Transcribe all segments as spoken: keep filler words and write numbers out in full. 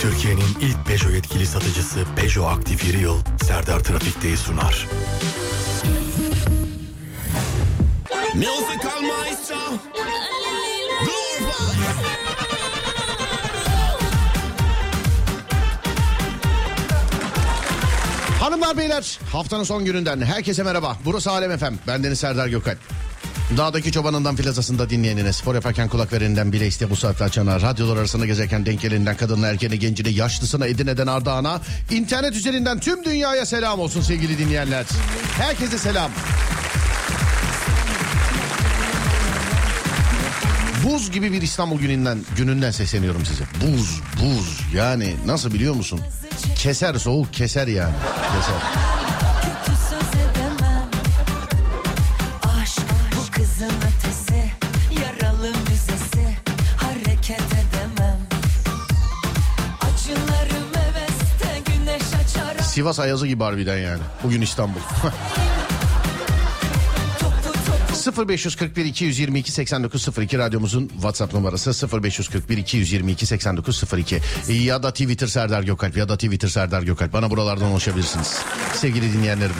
Türkiye'nin ilk Peugeot yetkili satıcısı Peugeot Aktif Yıl Serdar Trafik'teyi sunar. Musical Maestro. Hanımlar beyler, haftanın son gününden herkese merhaba. Burası Alem F M. Bendeniz Serdar Gökalp. Dağdaki çobanından plazasında dinleyenine, spor yaparken kulak vereninden bile iste bu saatte açana, radyolar arasında gezerken denk gelinden kadınla erkeğine, gencine, yaşlısına, Edirne'den Ardahan'a, internet üzerinden tüm dünyaya selam olsun sevgili dinleyenler. Herkese selam. Buz gibi bir İstanbul gününden gününden sesleniyorum size. Buz, buz. Yani nasıl biliyor musun? Keser, soğuk keser yani. Keser. Sivas ayazı gibi harbiden yani. Bugün İstanbul. sıfır beş kırk bir iki yüz yirmi iki seksen dokuz sıfır iki radyomuzun WhatsApp numarası sıfır beş kırk bir iki yüz yirmi iki seksen dokuz sıfır iki ya da Twitter Serdar Gökalp ya da Twitter Serdar Gökalp, bana buralardan ulaşabilirsiniz sevgili dinleyenlerim.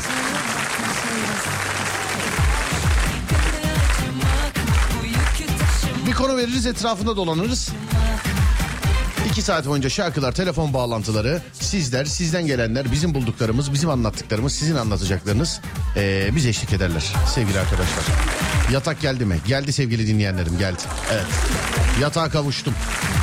Bir konu veririz, etrafında dolanırız. İki saat boyunca şarkılar, telefon bağlantıları, sizler, sizden gelenler, bizim bulduklarımız, bizim anlattıklarımız, sizin anlatacaklarınız ee, bize eşlik ederler sevgili arkadaşlar. Yatak geldi mi? Geldi sevgili dinleyenlerim, geldi. Evet. Yatağa kavuştum.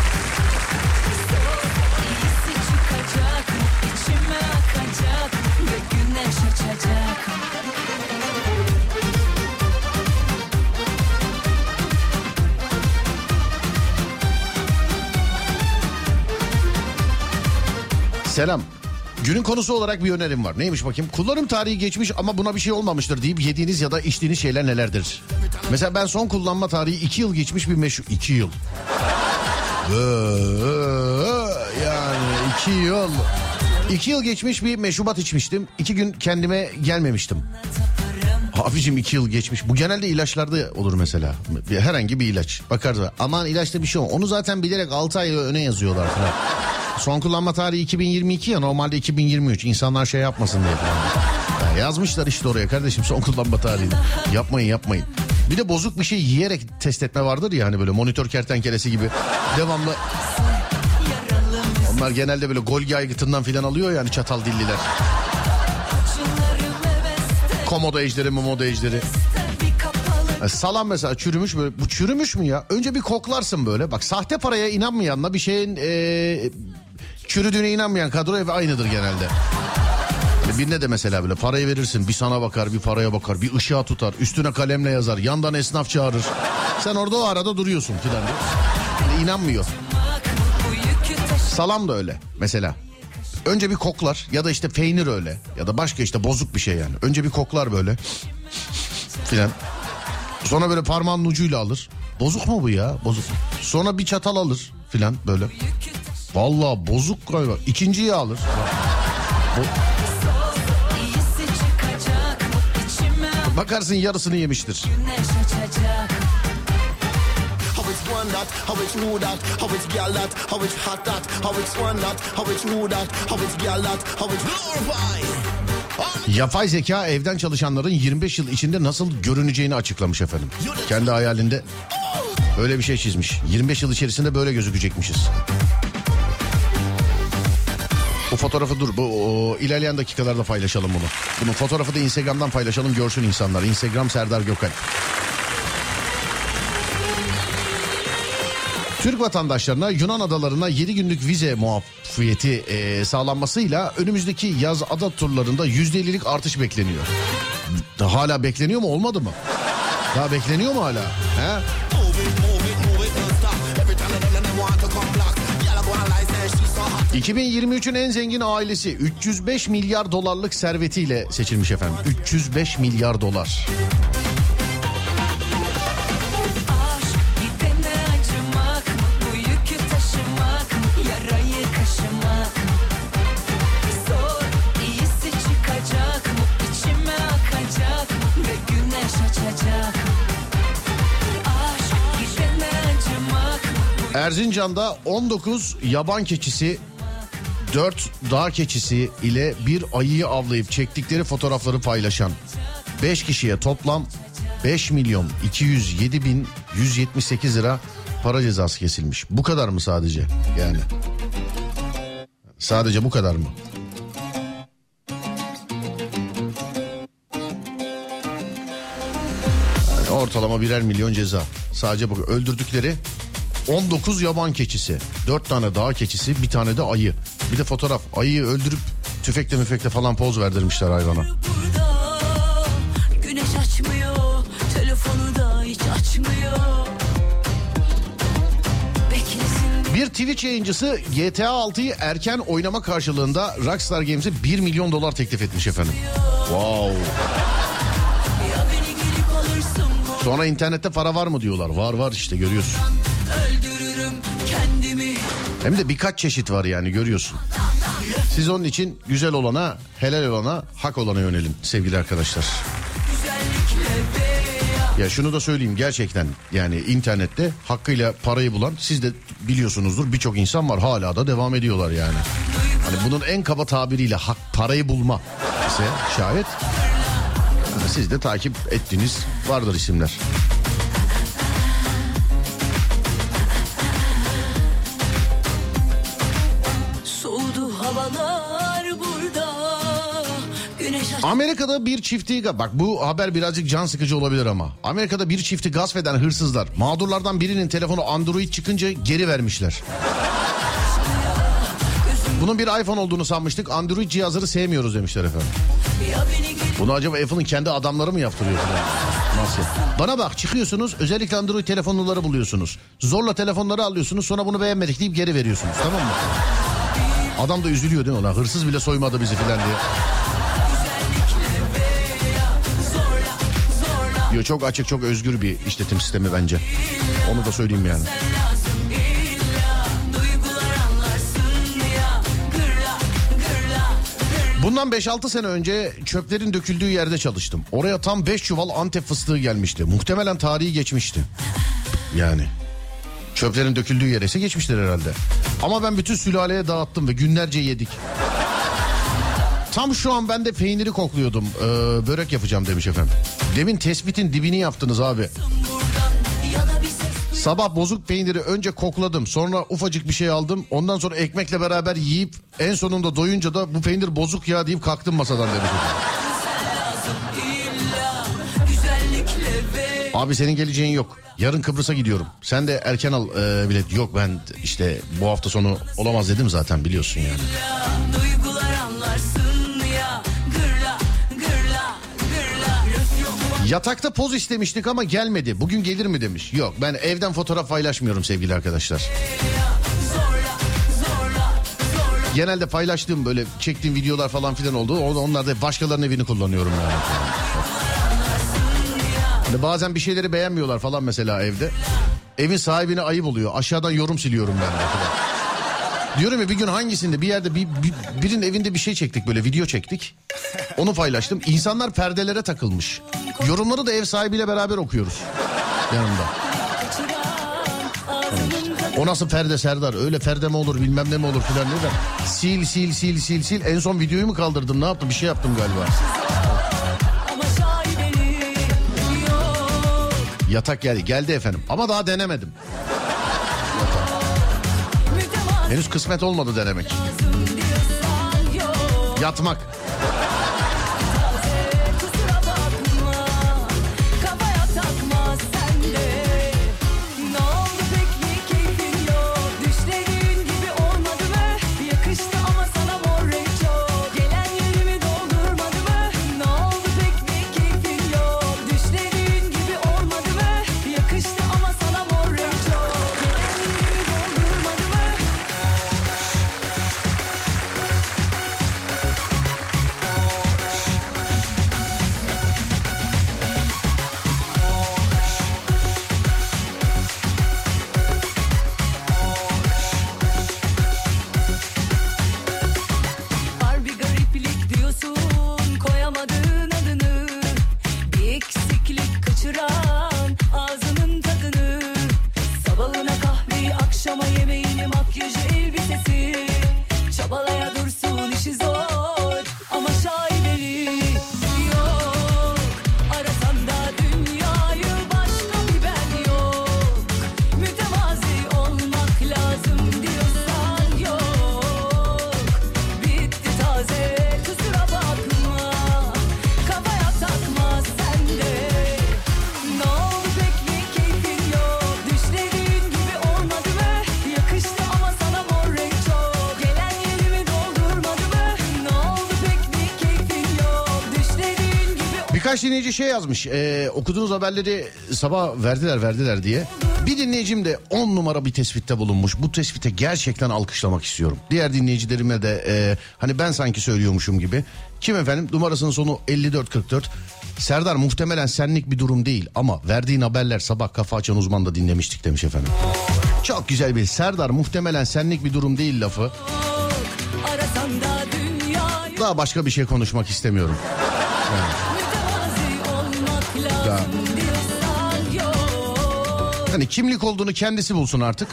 Selam. Günün konusu olarak bir önerim var. Neymiş bakayım? Kullanım tarihi geçmiş ama buna bir şey olmamıştır deyip yediğiniz ya da içtiğiniz şeyler nelerdir? Mesela ben son kullanma tarihi iki yıl geçmiş bir meşhur... iki yıl. Yani iki yıl. iki yıl geçmiş bir meşrubat içmiştim. İki gün kendime gelmemiştim. Abicim iki yıl geçmiş. Bu genelde ilaçlarda olur mesela. Herhangi bir ilaç. Bakarız. Aman ilaçta bir şey olmaz. Onu zaten bilerek altı ay öne yazıyorlar falan. Son kullanma tarihi iki bin yirmi iki ya, normalde iki bin yirmi üç. İnsanlar şey yapmasın diye falan. Ya yazmışlar işte oraya kardeşim son kullanma tarihini. Yapmayın yapmayın. Bir de bozuk bir şey yiyerek test etme vardır ya, hani böyle monitör kertenkelesi gibi. Devamlı. Onlar genelde böyle Golgi aygıtından filan alıyor yani, çatal dilliler. Komodo ejderi, momodo ejderi. Salam mesela çürümüş böyle. Bu çürümüş mü ya? Önce bir koklarsın böyle. Bak, sahte paraya inanmayanla bir şeyin ee, çürüdüğüne inanmayan kadro ev aynıdır genelde. Yani birine de mesela böyle parayı verirsin. Bir sana bakar, bir paraya bakar, bir ışığa tutar. Üstüne kalemle yazar. Yandan esnaf çağırır. Sen orada o arada duruyorsun filan. Yani inanmıyor. Salam da öyle mesela. Önce bir koklar ya da işte peynir öyle. Ya da başka işte bozuk bir şey yani. Önce bir koklar böyle. Filan. Sonra böyle parmağının ucuyla alır. Bozuk mu bu ya? Bozuk. Sonra bir çatal alır filan böyle. Vallahi bozuk galiba. İkinciyi alır. Bo- Bakarsın yarısını yemiştir. Yapay zeka evden çalışanların yirmi beş yıl içinde nasıl görüneceğini açıklamış efendim. Kendi hayalinde öyle bir şey çizmiş. yirmi beş yıl içerisinde böyle gözükecekmişiz. Bu fotoğrafı dur, bu o, ilerleyen dakikalarda paylaşalım bunu. Bunun fotoğrafı da Instagram'dan paylaşalım, görsün insanlar. Instagram Serdar Gökalp. Türk vatandaşlarına Yunan adalarına yedi günlük vize muafiyeti e, sağlanmasıyla önümüzdeki yaz ada turlarında yüzde ellilik artış bekleniyor. Daha hala bekleniyor mu, olmadı mı? Daha bekleniyor mu hala? He? iki bin yirmi üçün en zengin ailesi üç yüz beş milyar dolarlık servetiyle seçilmiş efendim. üç yüz beş milyar dolar. Erzincan'da on dokuz yaban keçisi Dört dağ keçisi ile bir ayıyı avlayıp çektikleri fotoğrafları paylaşan beş kişiye toplam beş milyon iki yüz yedi bin yüz yetmiş sekiz lira para cezası kesilmiş. Bu kadar mı sadece? Yani sadece bu kadar mı? Yani ortalama birer milyon ceza. Sadece bu. Öldürdükleri on dokuz yaban keçisi, dört tane dağ keçisi, bir tane de ayı. Bir de fotoğraf. Ayıyı öldürüp tüfekle müfekle falan poz verdirmişler hayvana. Güneş açmıyor, telefonu da hiç açmıyor. Bir Twitch yayıncısı G T A altıyı erken oynama karşılığında Rockstar Games'e bir milyon dolar teklif etmiş efendim. Wow. Sonra internette para var mı diyorlar. Var var işte, görüyorsun. Hem de birkaç çeşit var yani, görüyorsun. Siz onun için güzel olana, helal olana, hak olana yönelin sevgili arkadaşlar. Ya şunu da söyleyeyim, gerçekten yani internette hakkıyla parayı bulan, siz de biliyorsunuzdur, birçok insan var, hala da devam ediyorlar yani. Hani bunun en kaba tabiriyle hak, parayı bulma ise şayet yani siz de takip ettiğiniz vardır isimler. Soğudu havalar burada. Amerika'da bir çifti, bak bu haber birazcık can sıkıcı olabilir ama Amerika'da bir çifti gasp eden hırsızlar mağdurlardan birinin telefonu Android çıkınca geri vermişler. Bunun bir iPhone olduğunu sanmıştık, Android cihazları sevmiyoruz demişler efendim. Bunu acaba Apple'ın kendi adamları mı yaptırıyor? Nasıl? Bana bak, çıkıyorsunuz, özellikle Android telefonları buluyorsunuz, zorla telefonları alıyorsunuz, sonra bunu beğenmedik deyip geri veriyorsunuz, tamam mı? Adam da üzülüyor değil mi? Lan hırsız bile soymadı bizi filan diye. Diyor, çok açık, çok özgür bir işletim sistemi bence. Onu da söyleyeyim yani. Bundan beş altı sene önce çöplerin döküldüğü yerde çalıştım. Oraya tam beş çuval Antep fıstığı gelmişti. Muhtemelen tarihi geçmişti. Yani çöplerin döküldüğü yere ise geçmiştir herhalde. Ama ben bütün sülaleye dağıttım ve günlerce yedik. Tam şu an ben de peyniri kokluyordum. Ee, börek yapacağım demiş efendim. Demin tespitin dibini yaptınız abi. Sabah bozuk peyniri önce kokladım, sonra ufacık bir şey aldım, ondan sonra ekmekle beraber yiyip en sonunda doyunca da bu peynir bozuk ya deyip kalktım masadan demiş. Abi senin geleceğin yok. Yarın Kıbrıs'a gidiyorum. Sen de erken al e, bilet. Yok ben işte bu hafta sonu olamaz dedim zaten, biliyorsun yani. Yatakta poz istemiştik ama gelmedi. Bugün gelir mi demiş. Yok, ben evden fotoğraf paylaşmıyorum sevgili arkadaşlar. Genelde paylaştığım, böyle çektiğim videolar falan filan oldu. Onlar da başkalarının evini kullanıyorum yani. Yani bazen bir şeyleri beğenmiyorlar falan mesela evde. Evin sahibine ayıp oluyor. Aşağıdan yorum siliyorum ben de. Diyorum ya, bir gün hangisinde bir yerde bir, bir, birinin evinde bir şey çektik, böyle video çektik. Onu paylaştım. İnsanlar perdelere takılmış. Yorumları da ev sahibiyle beraber okuyoruz yanımda. O nasıl perde Serdar? Öyle perde mi olur, bilmem ne mi olur filan ne de. Sil sil sil sil sil. En son videoyu mu kaldırdım, ne yaptım? Bir şey yaptım galiba. Yatak geldi. Geldi efendim. Ama daha denemedim. Henüz kısmet olmadı denemek. Yatmak. Birkaç dinleyici şey yazmış. E, okuduğunuz haberleri sabah verdiler verdiler diye. Bir dinleyicim de on numara bir tespitte bulunmuş. Bu tespite gerçekten alkışlamak istiyorum. Diğer dinleyicilerime de e, hani ben sanki söylüyormuşum gibi. Kim efendim? Numarasının sonu elli dört kırk dört. Serdar, muhtemelen senlik bir durum değil ama verdiğin haberler sabah Kafa Açan Uzman'da dinlemiştik demiş efendim. Çok güzel bir Serdar, muhtemelen senlik bir durum değil lafı. Daha başka bir şey konuşmak istemiyorum. Yani. Daha. Hani kimlik olduğunu kendisi bulsun artık.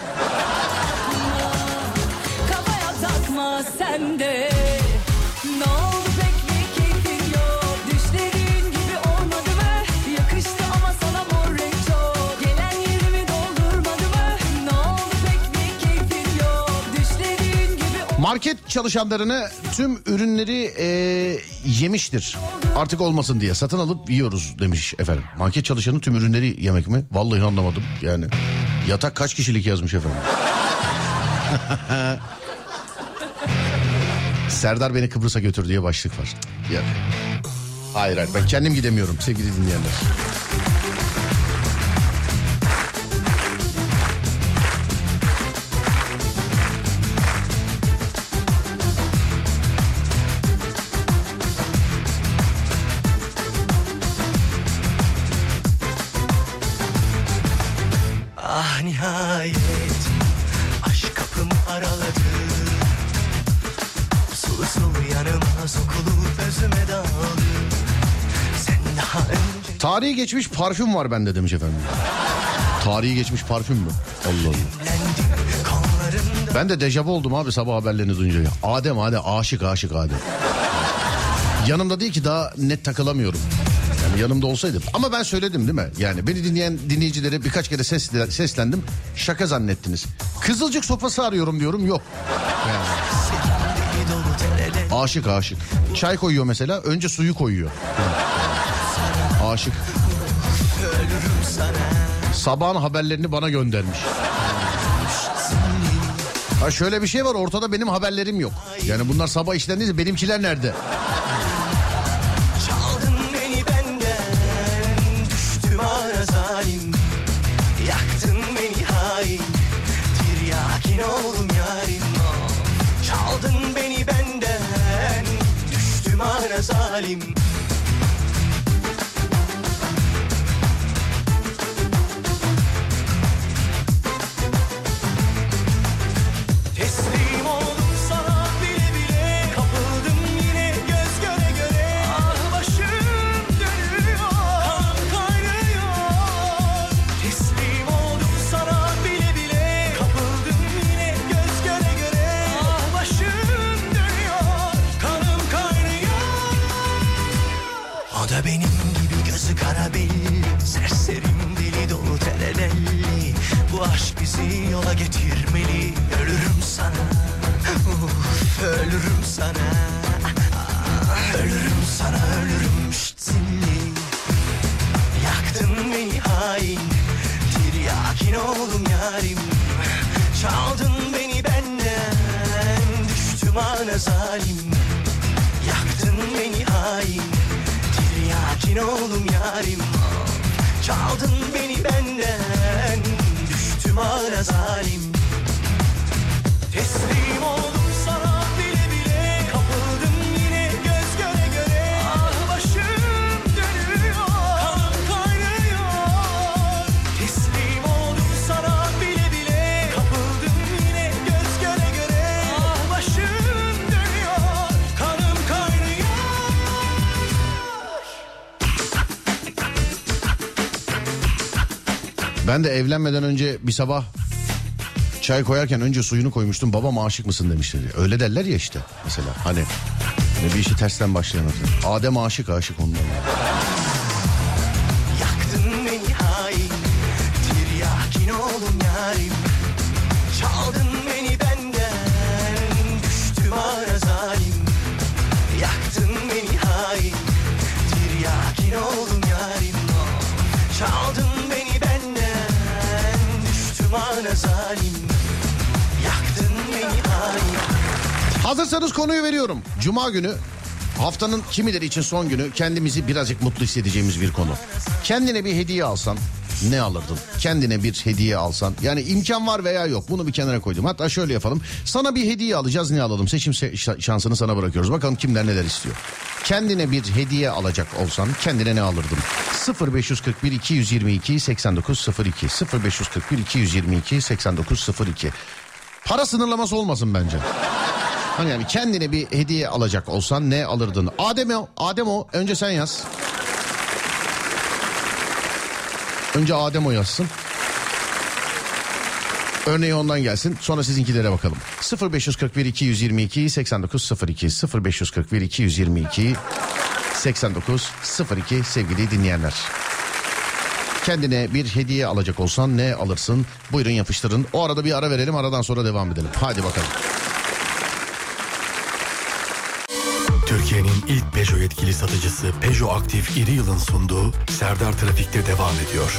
Kafaya takma sen de. Ne oldu pek bir keyfin yok. Düşlerin gibi olmadı mı? Yakıştı ama sana mor renk çok. Gelen yerimi doldurmadı mı? Ne oldu pek bir keyfin yok. Düşlerin gibi. Market çalışanlarını tüm ürünleri e, yemiştir. Artık olmasın diye satın alıp yiyoruz demiş efendim. Market çalışanı tüm ürünleri yemek mi? Vallahi anlamadım yani. Yatak kaç kişilik yazmış efendim. Serdar beni Kıbrıs'a götür diye başlık var. Ya. Hayır hayır, ben kendim gidemiyorum sevgili dinleyenler. Ah nihayet aşk kapımı araladı. Sulu sulu yanıma sokulup özüme dağıldı. Sen daha önce... Tarihi geçmiş parfüm var bende demiş efendim. Tarihi geçmiş parfüm mü? Allah Allah. Ben de dejavu oldum abi sabah haberlerini duyunca. Ya. Adem Adem aşık aşık Adem. Yanımda değil ki, daha net takılamıyorum. Yani yanımda olsaydı. Ama ben söyledim değil mi? Yani beni dinleyen dinleyicilere birkaç kere ses, seslendim. Şaka zannettiniz. Kızılcık sopası arıyorum diyorum, yok. Yani. Aşık aşık. Çay koyuyor mesela, önce suyu koyuyor. Yani. Aşık. Sabahın haberlerini bana göndermiş. Ha şöyle bir şey var, ortada benim haberlerim yok. Yani bunlar sabah işlendiyse benimkiler nerede? Çaldın beni benden, düştüm ara zalim. Yaktın beni hain, tiryakin oldum yarim. Çaldın beni benden, düştüm ara zalim. Teslim oldum sana bile bile, kapıldım yine göz göre göre. Ah başım dönüyor, kanım kaynıyor. Teslim oldum sana bile bile, kapıldım yine göz göre göre. Ah başım dönüyor, kanım kaynıyor. O da benim gibi gözü kara belli, serserim deli dolu terelelli. Bu aşk bizi yola getirmeli. Ölürüm sana, uf, ölürüm sana. Ah, ölürüm sana, ölürüm şitsinli. Yaktın beni hain, tiryakin oldum yarim. Çaldın beni benden, düştüm ana zalim. Yaktın beni hain, tiryakin oldum yarim. Çaldın beni benden, düştüm ara zalim. Teslim oldum sana bile bile, kapıldım yine göz göre göre. Ah başım dönüyor, kanım kaynıyor. Teslim oldum sana bile bile, kapıldım yine göz göre göre. Ah başım dönüyor, kanım kaynıyor. Ben de evlenmeden önce bir sabah çay koyarken önce suyunu koymuştum. Babam aşık mısın demişler. Öyle derler ya işte mesela. Hani bir işi tersten başlayan. Adem aşık aşık ondan. Yaktın beni hain, tiryakin oldum yarim. Çaldın beni benden, düştüm ara zalim. Yaktın beni hain, tiryakin oldum yarim. Çaldın beni benden, düştüm ara zalim. Yaktın beni hain. Hazırsanız konuyu veriyorum. Cuma günü haftanın kimileri için son günü, kendimizi birazcık mutlu hissedeceğimiz bir konu. Kendine bir hediye alsan ne alırdın? Kendine bir hediye alsan, yani imkan var veya yok, bunu bir kenara koydum. Hatta şöyle yapalım, sana bir hediye alacağız, ne alalım? Seçim se- şansını sana bırakıyoruz, bakalım kimler neler istiyor. Kendine bir hediye alacak olsan kendine ne alırdın? sıfır beş kırk bir iki yüz yirmi iki seksen dokuz sıfır iki sıfır beş kırk bir iki yüz yirmi iki seksen dokuz sıfır iki. Para sınırlaması olmasın bence. Hani yani kendine bir hediye alacak olsan ne alırdın? Adem o, Adem o. Önce sen yaz. Önce Adem o yazsın. Örneği ondan gelsin. Sonra sizinkilere bakalım. sıfır beş kırk bir iki yüz yirmi iki seksen dokuz sıfır iki sıfır beş kırk bir iki yüz yirmi iki seksen dokuz sıfır iki sevgili dinleyenler. Kendine bir hediye alacak olsan ne alırsın? Buyurun yapıştırın. O arada bir ara verelim, aradan sonra devam edelim. Hadi bakalım. Türkiye'nin ilk Peugeot yetkili satıcısı Peugeot Aktif İri Yıl'ın sunduğu Serdar Trafik'te devam ediyor.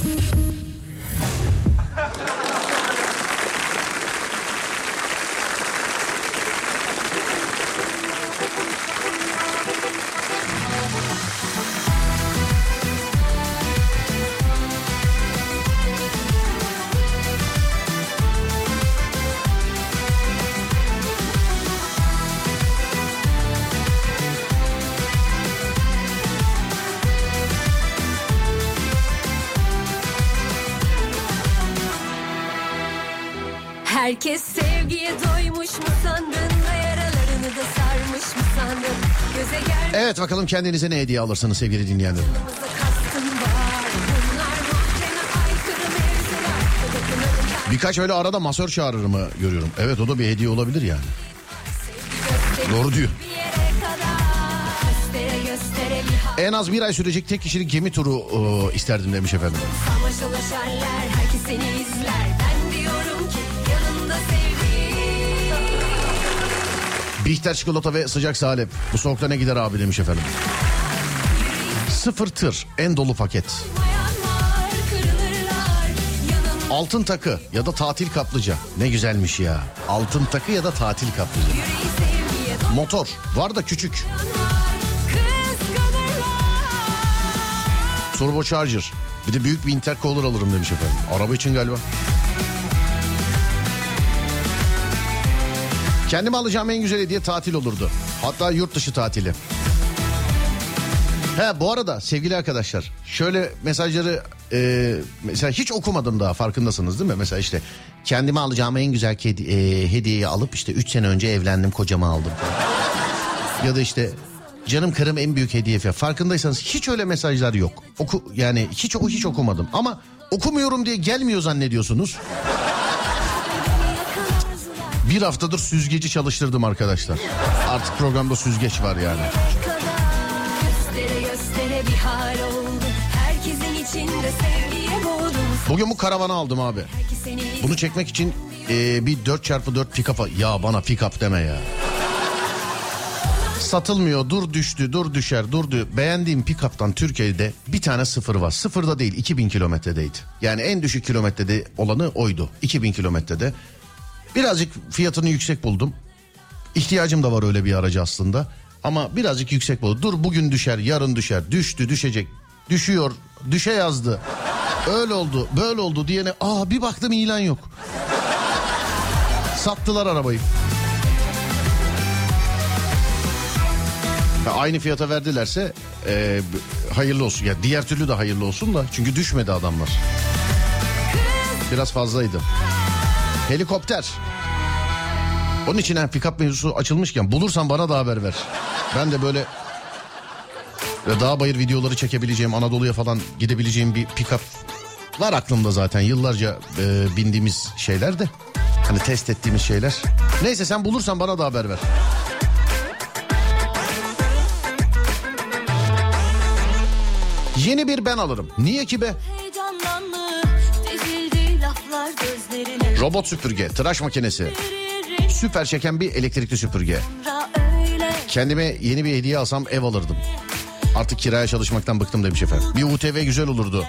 Herkes sevgiye doymuş mu sandın da yaralarını da sarmış mı sandın? Göze gelmiş. Evet, bakalım kendinize ne hediye alırsınız sevgili dinleyenler. Birkaç öyle arada masör çağırırımı görüyorum. Evet, o da bir hediye olabilir yani. Doğru diyor. En az bir ay sürecek tek kişilik gemi turu o, isterdim demiş efendim. Herkes seni izler. Ben diyorum ki yanında sevdiğim. Bihter çikolata ve sıcak salep. Bu soğukta ne gider abi demiş efendim. Sıfır tır en dolu paket. Altın takı ya da tatil kaplıca. Ne güzelmiş ya. Altın takı ya da tatil kaplıca. Motor var da küçük. Turbo charger. Bir de büyük bir intercooler alırım demiş efendim. Araba için galiba. Kendime alacağım en güzel hediye tatil olurdu. Hatta yurt dışı tatili. He, bu arada sevgili arkadaşlar, şöyle mesajları e, mesela hiç okumadım daha, farkındasınız değil mi? Mesela işte kendime alacağım en güzel kedi, e, hediyeyi alıp işte üç sene önce evlendim, kocama aldım. Ya da işte canım karım en büyük hediye falan. Farkındaysanız hiç öyle mesajlar yok. Oku, yani hiç o hiç okumadım ama okumuyorum diye gelmiyor zannediyorsunuz. Bir haftadır süzgeci çalıştırdım arkadaşlar. Artık programda süzgeç var yani. Bugün bu karavanı aldım abi. Bunu çekmek için e, bir dört çarpı dört pick-up'a... Ya bana pick-up deme ya. Satılmıyor, dur düştü, dur düşer, dur düşer. Beğendiğim pick-up'tan Türkiye'de bir tane sıfır var. Sıfırda değil, iki bin kilometredeydi. Yani en düşük kilometrede olanı oydu. iki bin kilometrede. Birazcık fiyatını yüksek buldum. İhtiyacım da var öyle bir aracı aslında. Ama birazcık yüksek buldum. Dur bugün düşer, yarın düşer. Düştü, düşecek. Düşüyor, düşe yazdı. Öyle oldu, böyle oldu diyene aa bir baktım ilan yok. Sattılar arabayı. Ya aynı fiyata verdilerse e, hayırlı olsun. Ya diğer türlü de hayırlı olsun da, çünkü düşmedi adamlar. Biraz fazlaydı. Helikopter. Onun için yani pick-up mevzusu açılmışken bulursan bana da haber ver. Ben de böyle dağ bayır videoları çekebileceğim, Anadolu'ya falan gidebileceğim bir pick-up var aklımda zaten. Yıllarca e, bindiğimiz şeyler de, hani test ettiğimiz şeyler. Neyse, sen bulursan bana da haber ver. Yeni bir ben alırım. Niye ki be? Robot süpürge, tıraş makinesi, süper çeken bir elektrikli süpürge. Kendime yeni bir hediye alsam ev alırdım. Artık kiraya çalışmaktan bıktım demiş efendim. Bir U T V güzel olurdu.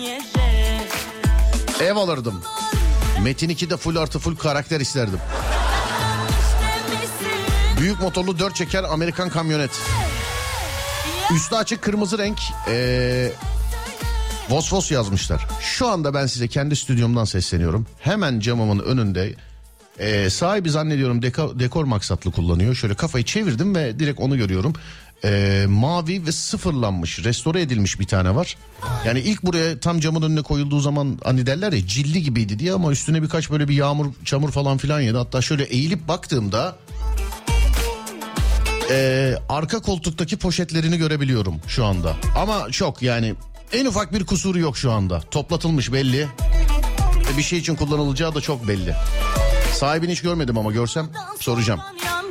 Ev Metin ikide full artı full karakter isterdim. Büyük motorlu dört çeker Amerikan kamyonet. Üstü açık kırmızı renk. Ee, Vos Vos yazmışlar. Şu anda ben size kendi stüdyomdan sesleniyorum. Hemen camımın önünde e, sahibi zannediyorum dekor, dekor maksatlı kullanıyor. Şöyle kafayı çevirdim ve direkt onu görüyorum. E, mavi ve sıfırlanmış, restore edilmiş bir tane var. Yani ilk buraya tam camın önüne koyulduğu zaman hani derler ya cilli gibiydi diye, ama üstüne birkaç böyle bir yağmur, çamur falan filan yedi. Hatta şöyle eğilip baktığımda e, arka koltuktaki poşetlerini görebiliyorum şu anda. Ama çok yani en ufak bir kusuru yok şu anda. Toplatılmış belli. Bir şey için kullanılacağı da çok belli. Sahibini hiç görmedim ama görsem soracağım.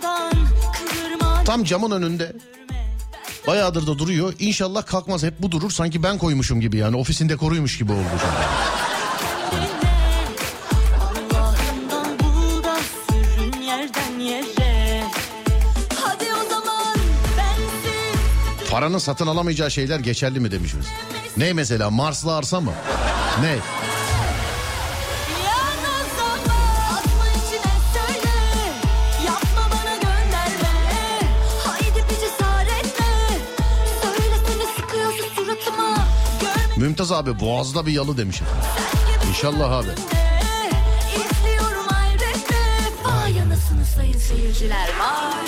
Tam camın önünde. Bayağıdır da duruyor. İnşallah kalkmaz, hep bu durur. Sanki ben koymuşum gibi yani. Ofisin dekoruymuş gibi oldu şu an. Paranın satın alamayacağı şeyler geçerli mi demişiz. Ne mesela, Marslı arsa mı? Ne? Mümtaz abi boğazda bir yalı demişim. İnşallah abi. Vay anasını sayın seyirciler, vay.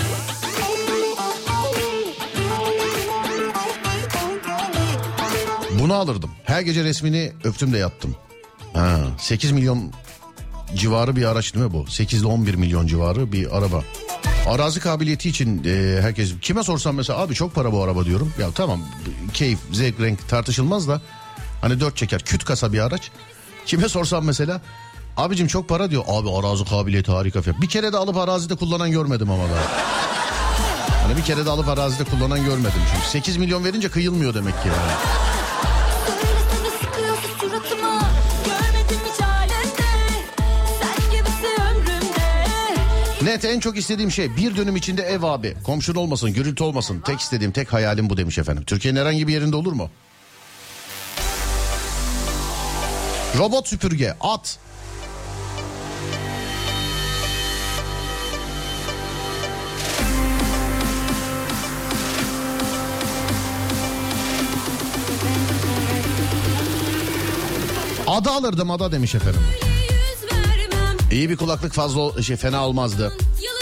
Bunu alırdım. Her gece resmini öptüm de yattım. Ha, sekiz milyon civarı bir araç değil mi bu? sekiz ile on bir milyon civarı bir araba. Arazi kabiliyeti için e, herkes, kime sorsam mesela abi çok para bu araba diyorum. Ya tamam, keyif, zevk, renk tartışılmaz da hani dört çeker küt kasa bir araç. Kime sorsam mesela abicim çok para diyor. Abi arazi kabiliyeti harika falan. Bir kere de alıp arazide kullanan görmedim ama daha. Hani bir kere de alıp arazide kullanan görmedim çünkü. sekiz milyon verince kıyılmıyor demek ki yani. Net en çok istediğim şey bir dönüm içinde ev abi. Komşun olmasın, gürültü olmasın. Tek istediğim, tek hayalim bu demiş efendim. Türkiye'nin herhangi bir yerinde olur mu? Robot süpürge, at. Ada alırdım, ada demiş efendim. İyi bir kulaklık fazla şey fena olmazdı.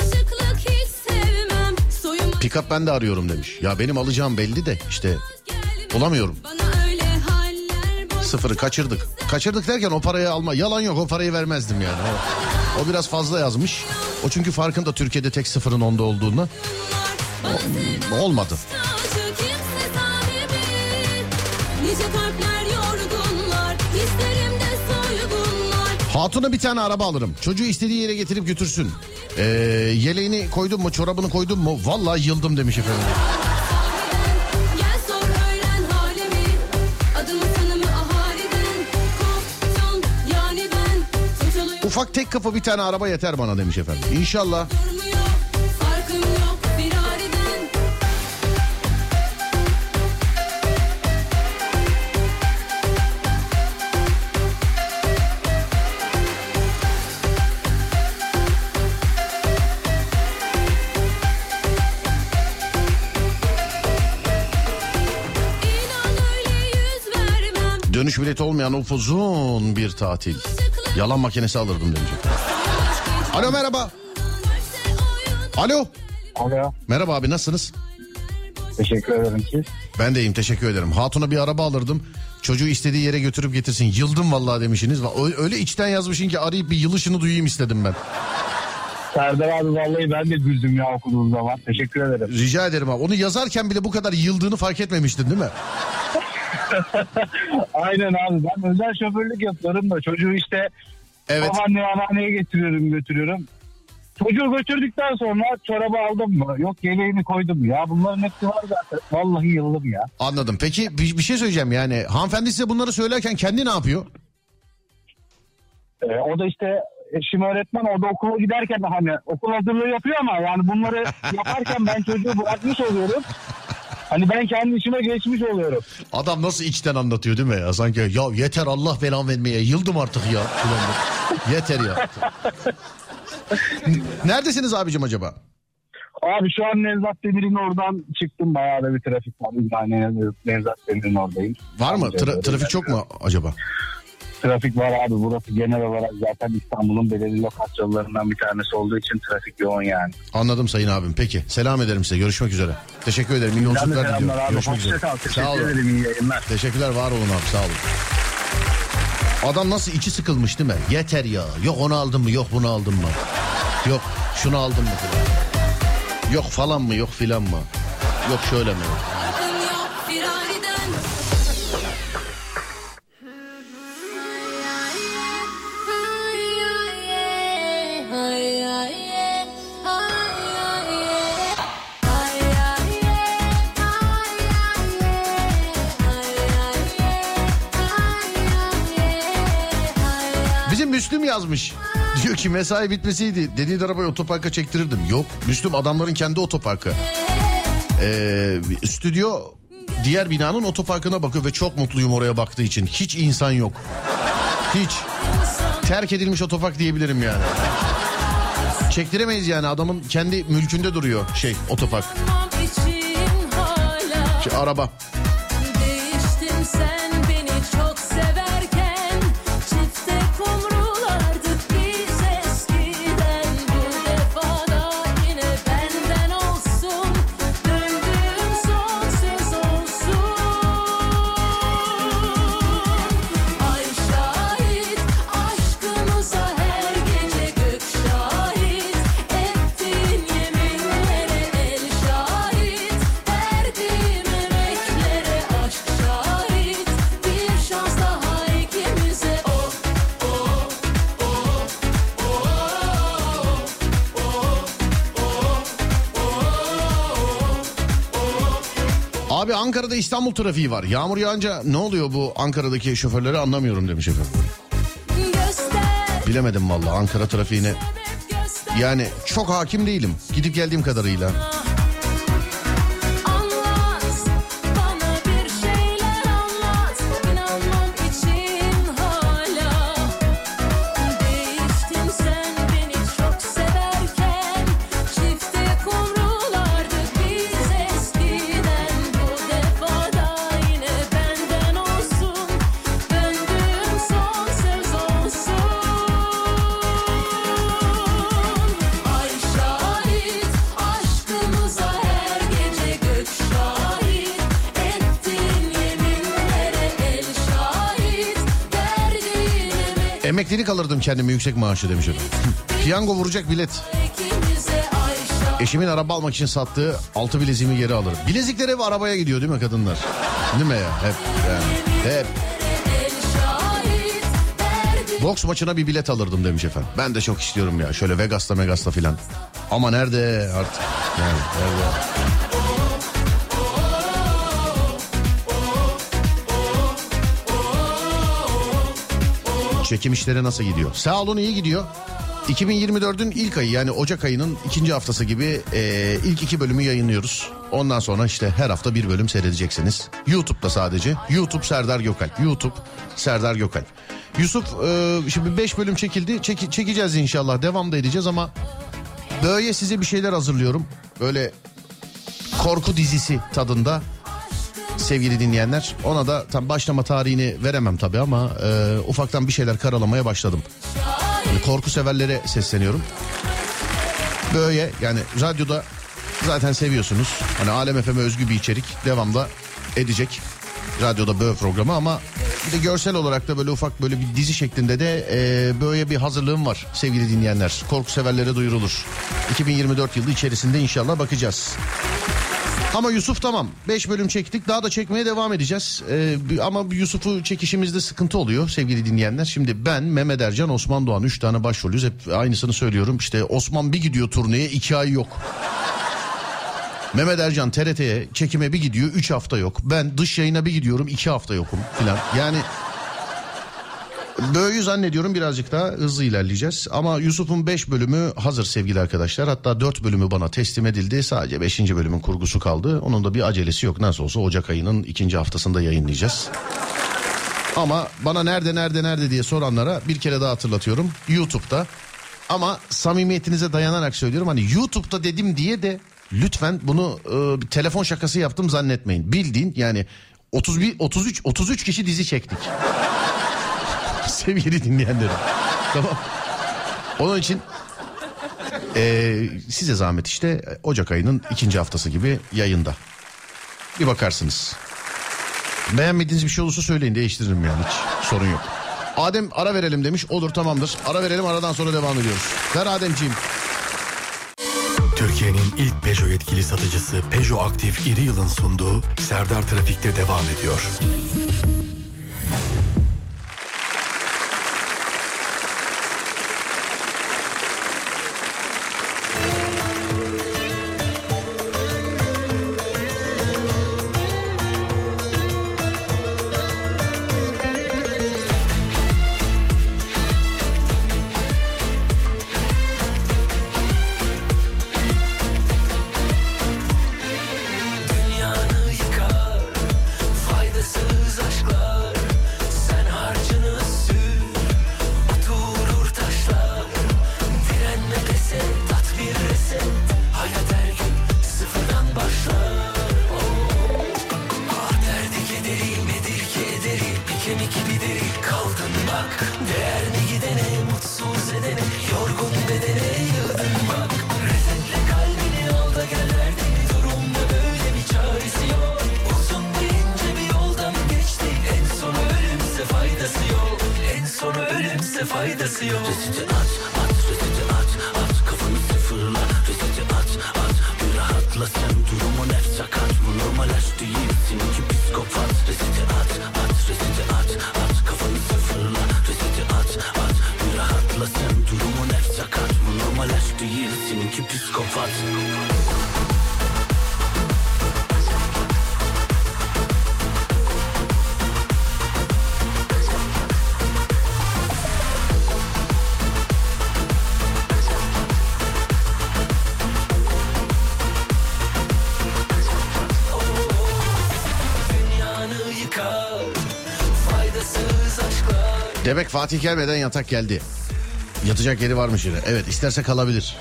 Pick-up ben de arıyorum demiş. Ya benim alacağım belli de işte bulamıyorum. Sıfırı kaçırdık. Kaçırdık derken o parayı alma. Yalan yok, o parayı vermezdim yani. O, o biraz fazla yazmış. O çünkü farkında Türkiye'de tek sıfırın onda olduğunu. O, olmadı. Hatuna bir tane araba alırım. Çocuğu istediği yere getirip götürsün. Ee, yeleğini koydun mu, çorabını koydun mu? Vallahi yıldım demiş efendim. Ufak tek kapı bir tane araba yeter bana demiş efendim. İnşallah. Dönüş bileti olmayan upuzun bir tatil. Yalan makinesi alırdım demiş. Alo merhaba. Alo. Alo. Merhaba abi, nasılsınız? Teşekkür ederim siz. Ben de iyiyim, teşekkür ederim. Hatuna bir araba alırdım. Çocuğu istediği yere götürüp getirsin. Yıldım vallahi demişsiniz. Öyle içten yazmışsın ki arayıp bir yılışını duyayım istedim ben. Serdar abi vallahi ben de güldüm ya okuduğum zaman. Teşekkür ederim. Rica ederim abi. Onu yazarken bile bu kadar yıldığını fark etmemiştin değil mi? Aynen abi, ben özel şoförlük yapıyorum da çocuğu işte evet. Anne anneanneye getiriyorum götürüyorum. Çocuğu götürdükten sonra çorabı aldım mı? Yok yeleğini koydum mu? Ya bunların hepsi var zaten. Vallahi yıldım ya. Anladım. Peki bir, bir şey söyleyeceğim yani. Hanımefendi size bunları söylerken kendi ne yapıyor? Ee, o da işte eşim öğretmen, o da okula giderken de hani okul hazırlığı yapıyor ama yani bunları yaparken ben çocuğu bırakmış oluyorum. Hani ben kendi işime geçmiş oluyorum. Adam nasıl içten anlatıyor değil mi ya? Sanki ya yeter Allah belamı vermeye, yıldım artık ya. Yeter ya. Neredesiniz abicim acaba? Abi şu an Nevzat Demir'in oradan çıktım. Bayağı da bir trafik var. Yani Nevzat Demir'in oradayım. Var mı? Tra- trafik çok mu acaba? Trafik var abi. Burası genel olarak zaten İstanbul'un belirli lokasyonlarından bir tanesi olduğu için trafik yoğun yani. Anladım sayın abim. Peki. Selam ederim size. Görüşmek üzere. Teşekkür ederim. İyi yolculuklar diliyorum. Abi. Görüşmek üzere. Hoşçakal. Teşekkür Sağ olun. ederim. İyi yayınlar. Teşekkürler. Var olun abi. Sağ olun. Adam nasıl içi sıkılmış değil mi? Yeter ya. Yok onu aldın mı? Yok bunu aldın mı? Yok şunu aldın mı falan. Yok falan mı? Yok filan mı? Yok şöyle mi? Bizim Müslüm yazmış. Diyor ki mesai bitmeseydi dediğin arabayı otoparka çektirirdim. Yok Müslüm adamların kendi otoparkı. Ee, stüdyo diğer binanın otoparkına bakıyor ve çok mutluyum oraya baktığı için. Hiç insan yok. Hiç. Terk edilmiş otopark diyebilirim yani. Çektiremeyiz yani, adamın kendi mülkünde duruyor şey otopark. Şey, araba. Değiştin sen beni çok severken, çifte kumrulardık biz eskiden. Bu defa da yine benden olsun, döndüğüm son söz olsun. Ay şahit aşkımıza, her gece gök şahit, ettiğin yeminlere el şahit, verdiğim emeklere aşk şahit, bir şans daha ikimize. Oh oh oh Abi Ankara'da İstanbul trafiği var. Yağmur yağınca ne oluyor bu Ankara'daki şoförleri anlamıyorum demiş efendim. göster, Bilemedim vallahi Ankara trafiğine. sebep göster. Yani çok hakim değilim. Gidip geldiğim kadarıyla. Anlat, bana bir şeyler anlat, inanmam için hala. Değiştin sen beni çok severken, çifte kumrulardık biz eskiden. Bu defa da yine benden olsun, döndüğüm son söz olsun. Ay şahit aşkımıza, her gece gök şahit, ettiğin yeminlere el şahit, verdiğin emek Emeklilik alırdım kendime yüksek maaşı demiş efendim. Piyango vuracak bilet. ikimize. Ay şahit Eşimin araba almak için sattığı altı bileziğimi geri alırım. Bilezikler hep arabaya gidiyor değil mi kadınlar? Değil mi ya? Hep yani. Hep. el şahit, verdiğin Boks maçına bir bilet alırdım demiş efendim. Ben de çok istiyorum ya. Şöyle Vegas'ta Megas'ta filan. Ama nerede artık? Yani nerede? Çekim işleri nasıl gidiyor? Sağ olun, iyi gidiyor. iki bin yirmi dördün ilk ayı, yani Ocak ayının ikinci haftası gibi e, ilk iki bölümü yayınlıyoruz. Ondan sonra işte her hafta bir bölüm seyredeceksiniz. YouTube'da sadece. YouTube Serdar Gökalp. YouTube Serdar Gökalp. Yusuf e, şimdi beş bölüm çekildi. Çek- çekeceğiz inşallah. Devam da edeceğiz ama böyle size bir şeyler hazırlıyorum. Böyle korku dizisi tadında. Sevgili dinleyenler, ona da tam başlama tarihini veremem tabii ama e, ufaktan bir şeyler karalamaya başladım. Yani korku severlere sesleniyorum. Böyle yani radyoda zaten seviyorsunuz. Hani Alem F M'e özgü bir içerik devamda edecek. Radyoda böyle programı ama bir de görsel olarak da böyle ufak böyle bir dizi şeklinde de e, böyle bir hazırlığım var sevgili dinleyenler. Korku severlere duyurulur. iki bin yirmi dört yılı içerisinde inşallah bakacağız. Ama Yusuf tamam. beş bölüm çektik. Daha da çekmeye devam edeceğiz. Ee, ama Yusuf'u çekişimizde sıkıntı oluyor sevgili dinleyenler. Şimdi ben, Mehmet Ercan, Osman Doğan üç tane başrolüyüz. Hep aynısını söylüyorum. İşte Osman bir gidiyor turneye, iki ay yok. Mehmet Ercan T R T'ye çekime bir gidiyor, üç hafta yok. Ben dış yayına bir gidiyorum, iki hafta yokum filan. Yani böyle zannediyorum birazcık daha hızlı ilerleyeceğiz. Ama Yusuf'un beş bölümü hazır sevgili arkadaşlar. Hatta dört bölümü bana teslim edildi. Sadece beşinci bölümün kurgusu kaldı. Onun da bir acelesi yok. Nasıl olsa Ocak ayının ikinci haftasında yayınlayacağız. Ama bana nerede nerede nerede diye soranlara bir kere daha hatırlatıyorum. YouTube'da Ama samimiyetinize dayanarak söylüyorum. Hani YouTube'da dedim diye de lütfen bunu e, bir telefon şakası yaptım zannetmeyin. Bildiğin yani otuz bir, otuz üç, otuz üç kişi dizi çektik. Sevgili dinleyenlerim. Tamam. Onun için e, size zahmet işte Ocak ayının ikinci haftası gibi yayında. Bir bakarsınız. Beğenmediğiniz bir şey olursa söyleyin, değiştiririm yani, hiç sorun yok. Adem ara verelim demiş. Olur, tamamdır. Ara verelim, aradan sonra devam ediyoruz. Ver Ademciğim. Türkiye'nin ilk Peugeot yetkili satıcısı Peugeot Aktif İri Yıl'ın sunduğu Serdar Trafik'te devam ediyor. Demek Fatih gelmeden yatak geldi. Yatacak yeri varmış yine. Evet, isterse kalabilir.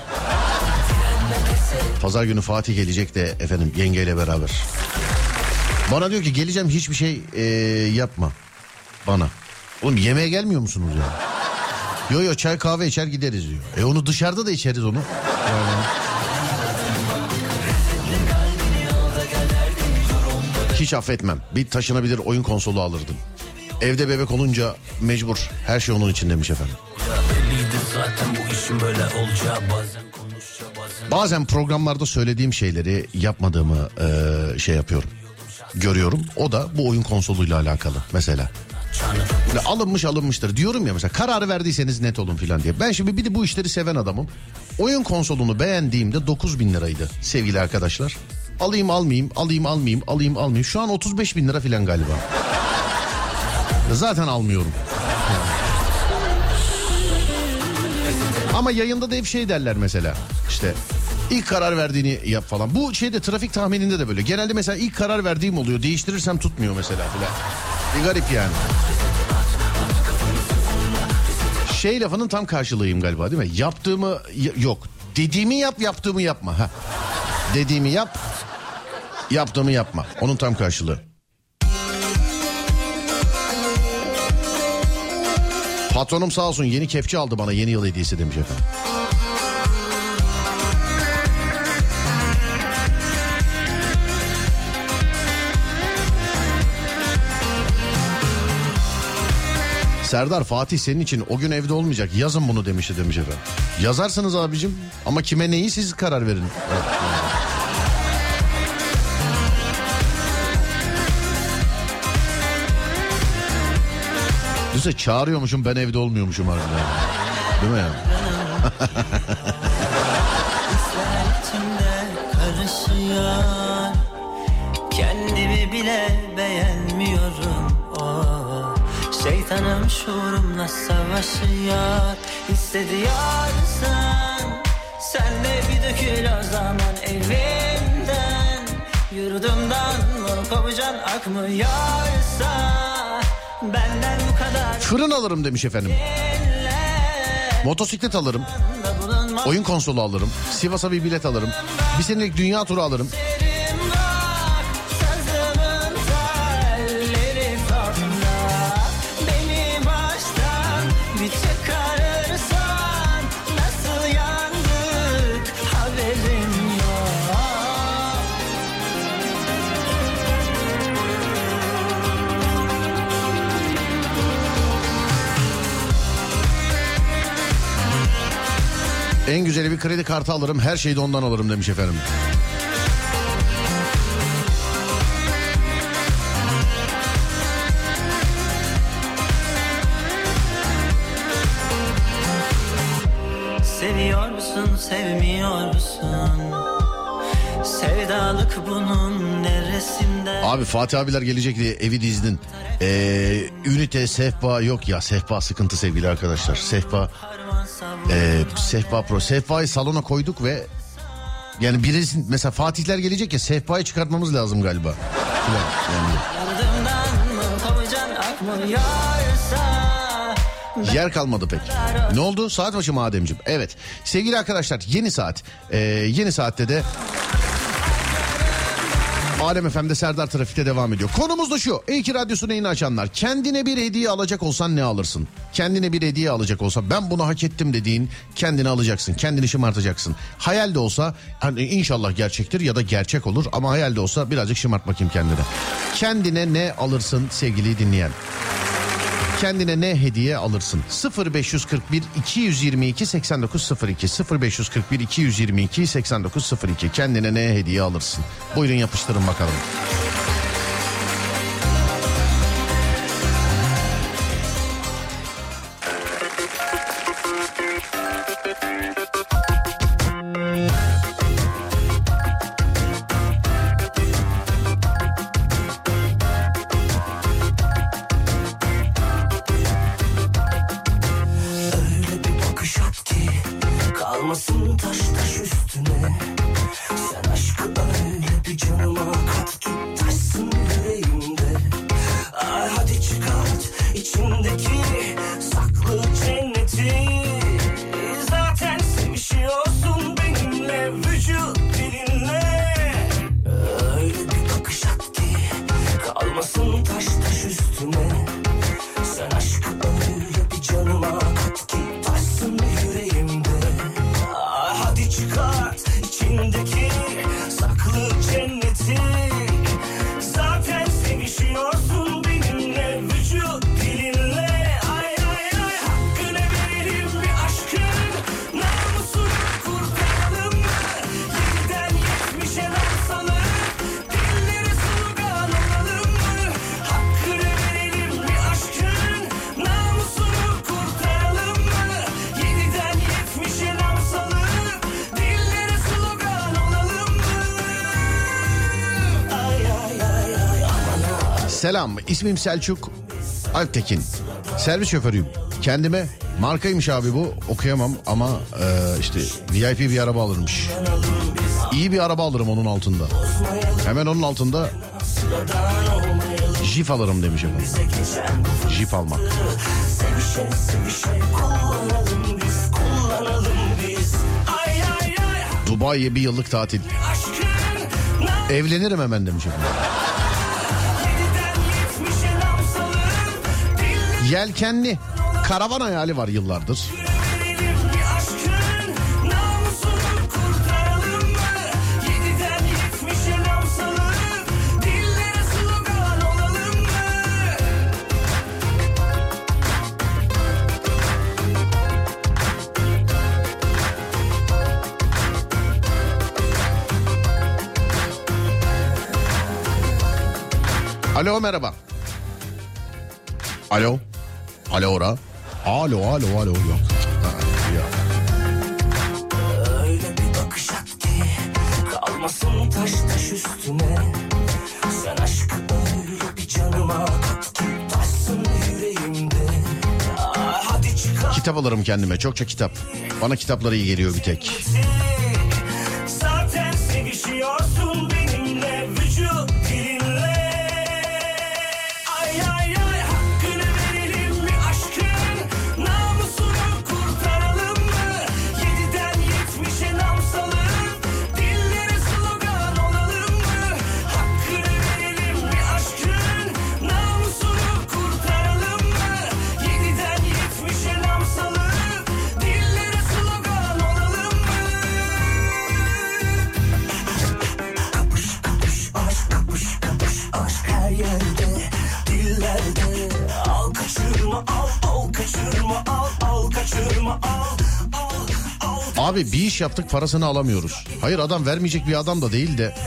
Pazar günü Fatih gelecek de efendim yengeyle beraber. Bana diyor ki geleceğim, hiçbir şey ee, yapma. Bana. Oğlum yemeğe gelmiyor musunuz ya? Yo yo, çay kahve içer gideriz diyor. E onu dışarıda da içeriz onu. Yani. Hiç affetmem. Bir taşınabilir oyun konsolu alırdım. Evde bebek olunca mecbur. Her şey onun için demiş efendim. Bazen programlarda söylediğim şeyleri yapmadığımı e, şey yapıyorum. Görüyorum. O da bu oyun konsoluyla alakalı mesela. Yani alınmış alınmıştır diyorum ya, mesela kararı verdiyseniz net olun filan diye. Ben şimdi bir de bu işleri seven adamım. Oyun konsolunu beğendiğimde dokuz bin liraydı sevgili arkadaşlar. Alayım almayayım, alayım almayayım, alayım almayayım. Şu an otuz beş bin lira filan galiba. Zaten almıyorum. Ama yayında da hep şey derler mesela. İşte ilk karar verdiğini yap falan. Bu şeyde, trafik tahmininde de böyle. Genelde mesela ilk karar verdiğim oluyor. Değiştirirsem tutmuyor mesela filan. Bir garip yani. Şey lafının tam karşılığıyım galiba, değil mi? Yaptığımı y- yok. Dediğimi yap, yaptığımı yapma. Ha. Dediğimi yap, yaptığımı yapma. Onun tam karşılığı. Patronum sağ olsun yeni kepçe aldı bana, yeni yıl hediyesi demiş efendim. Serdar, Fatih senin için o gün evde olmayacak, yazın bunu demişti demiş efendim. Yazarsınız abicim ama kime neyi siz karar verin. Evet. Düze çağırıyormuşum, ben evde olmuyormuşum harbiden. Değil mi ya? Kendimi bile beğenmiyorum. Oh, şeytanım şuurumla savaşıyor. Hissediyorsan sen de bir dökül o zaman evimden. Yurdumdan mı kopacaksın, akmıyorsa benden bu kadar. Fırın alırım demiş efendim. Motosiklet alırım. Oyun konsolu alırım. Sivas'a bir bilet alırım. Bir senelik dünya turu alırım. En güzeli bir kredi kartı alırım, her şeyi de ondan alırım demiş efendim. Seviyor musun, sevmiyor musun? Sevdalık bunun neresinde? Abi Fatih abiler gelecek diye evi dizdin. Ee, ünite, sehpa yok ya, sehpa sıkıntı sevgili arkadaşlar. Sehpa, e, sehpa pro. Sehpayı salona koyduk ve yani birisi mesela Fatihler gelecek ya, sehpayı çıkartmamız lazım galiba. Yani. Yer kalmadı pek. Ne oldu? Saat başı mı Ademciğim? Evet. Sevgili arkadaşlar, yeni saat. Ee, yeni saatte de Alem F M'de Serdar Trafik'te devam ediyor. Konumuz da şu. İyi ki radyosunu yeni açanlar. Kendine bir hediye alacak olsan ne alırsın? Kendine bir hediye alacak olsa, ben bunu hak ettim dediğin kendini alacaksın. Kendini şımartacaksın. Hayal de olsa hani inşallah gerçektir ya da gerçek olur, ama hayal de olsa birazcık şımart bakayım kendine. Kendine ne alırsın sevgili dinleyen? Kendine ne hediye alırsın? sıfır beş kırk bir iki yüz yirmi iki seksen dokuz sıfır iki sıfır beş kırk bir iki yüz yirmi iki seksen dokuz sıfır iki. Kendine ne hediye alırsın? Buyurun yapıştırın bakalım. Selam, ismim Selçuk Alptekin. Servis şoförüyüm. Kendime, markaymış abi bu, okuyamam ama e, işte V I P bir araba alırmış. İyi bir araba alırım onun altında. Hemen onun altında Jeep alırım demiş efendim. Jeep almak. Dubai'ye bir yıllık tatil. Evlenirim hemen demiş efendim. Yelkenli karavan hayali var yıllardır. Alo, merhaba. Alo. Alo ora. Alo alo alo yok. Ha, ya. Öyle bir bakış at ki kalmasın taş taş üstüne. Sen aşkı öyle bir canıma kat ki taşsın yüreğimde. Ah, hadi çıkar. Kitap alırım kendime, çokça kitap. Bana kitapları iyi geliyor bir tek. Zaten sevişiyorsun benimle vücut dilinle. Ay ay ay hakkını verelim mi aşkın? Namusunu kurtaralım mı? Yediden Kırma al. Abi bir iş yaptık parasını alamıyoruz. Hayır adam vermeyecek bir adam da değil de.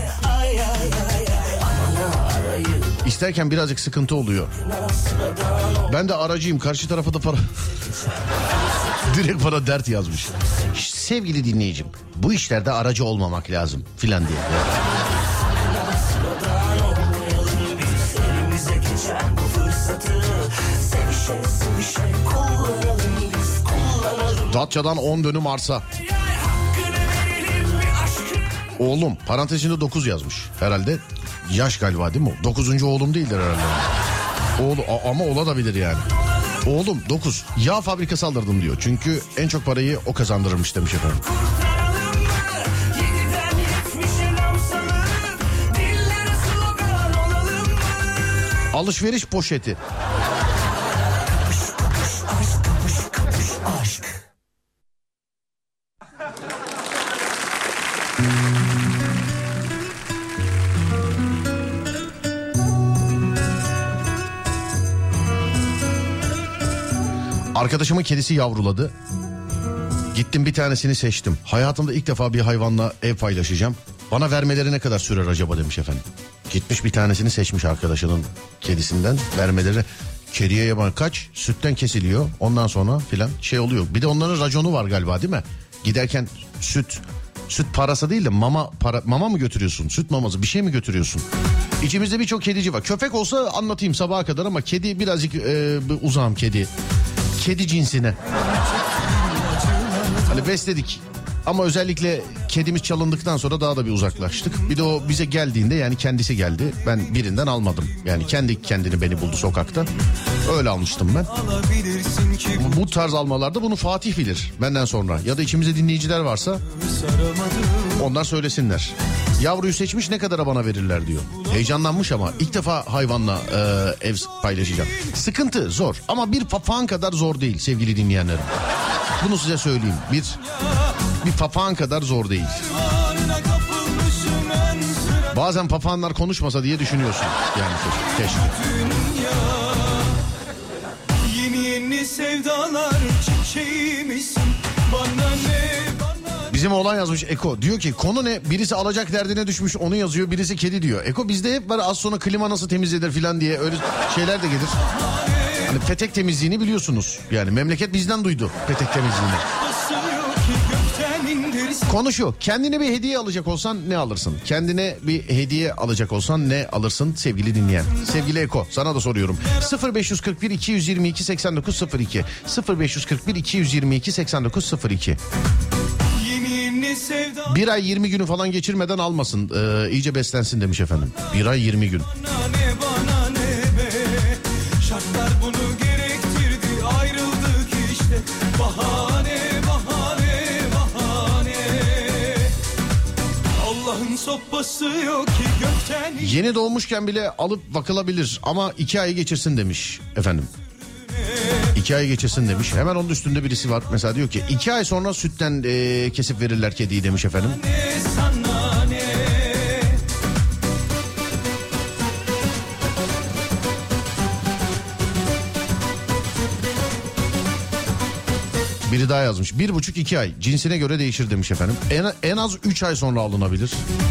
İsterken birazcık sıkıntı oluyor. Ben de aracıyım, karşı tarafa da para... Direkt bana dert yazmış. Sevgili dinleyicim, bu işlerde aracı olmamak lazım filan diye. Datça'dan on dönüm arsa. Oğlum parantezinde dokuz yazmış herhalde. Yaş galiba değil mi? dokuzuncu oğlum değildir herhalde. Oğlu, ama olabilir yani. Oğlum dokuz. Yağ fabrikası aldırdım diyor. Çünkü en çok parayı o kazandırırmış demiş efendim. Alışveriş poşeti. Arkadaşımın kedisi yavruladı. Gittim bir tanesini seçtim. Hayatımda ilk defa bir hayvanla ev paylaşacağım. Bana vermeleri ne kadar sürer acaba demiş efendim. Gitmiş bir tanesini seçmiş arkadaşının kedisinden. Vermeleri kediye yaban kaç sütten kesiliyor. Ondan sonra filan şey oluyor. Bir de onların raconu var galiba değil mi? Giderken süt süt parası değil de mama para, mama mı götürüyorsun? Süt maması bir şey mi götürüyorsun? İçimizde birçok kedici var. Köpek olsa anlatayım sabaha kadar ama kedi birazcık e, uzağım kedi. Kedi cinsine. Hani besledik. Ama özellikle kedimiz çalındıktan sonra daha da bir uzaklaştık. Bir de o bize geldiğinde yani kendisi geldi. Ben birinden almadım. Yani kendi kendini beni buldu sokakta. Öyle almıştım ben. Bu tarz almalarda bunu Fatih bilir benden sonra. Ya da içimizde dinleyiciler varsa onlar söylesinler. Yavruyu seçmiş ne kadara bana verirler diyor. Heyecanlanmış ama ilk defa hayvanla e, ev paylaşacağım. Sıkıntı zor ama bir papağan kadar zor değil sevgili dinleyenlerim. Bunu size söyleyeyim. Bir bir papağan kadar zor değil. Bazen papağanlar konuşmasa diye düşünüyorsun. Yani keşke. Yeni yeni sevdalar çiçeğimizsin. Bana ne? Bizim oğlan yazmış Eko. Diyor ki konu ne? Birisi alacak derdine düşmüş onu yazıyor. Birisi kedi diyor. Eko bizde hep var az sonra klima nasıl temizlenir filan diye öyle şeyler de gelir. Hani petek temizliğini biliyorsunuz. Yani memleket bizden duydu petek temizliğini. Konu şu. Kendine bir hediye alacak olsan ne alırsın? Kendine bir hediye alacak olsan ne alırsın sevgili dinleyen? Sevgili Eko sana da soruyorum. sıfır beş kırk bir iki yüz yirmi iki seksen dokuz sıfır iki sıfır beş kırk bir iki yüz yirmi iki seksen dokuz sıfır iki. Bir ay yirmi günü falan geçirmeden almasın. Ee, iyice beslensin demiş efendim. Bir ay yirmi gün. Bana ne, bana ne be? Şartlar bunu gerektirdi. Ayrıldık işte. Bahane, bahane, bahane. Allah'ın sopası yok ki gökten. Yeni doğmuşken bile alıp bakılabilir ama iki ay geçirsin demiş efendim. İki ay geçirsin demiş. Hemen onun üstünde birisi var. Mesela diyor ki iki ay sonra sütten e, kesip verirler kediyi demiş efendim. Ne, sana ne? Biri daha yazmış. Bir buçuk iki ay cinsine göre değişir demiş efendim. En, en az üç ay sonra alınabilir.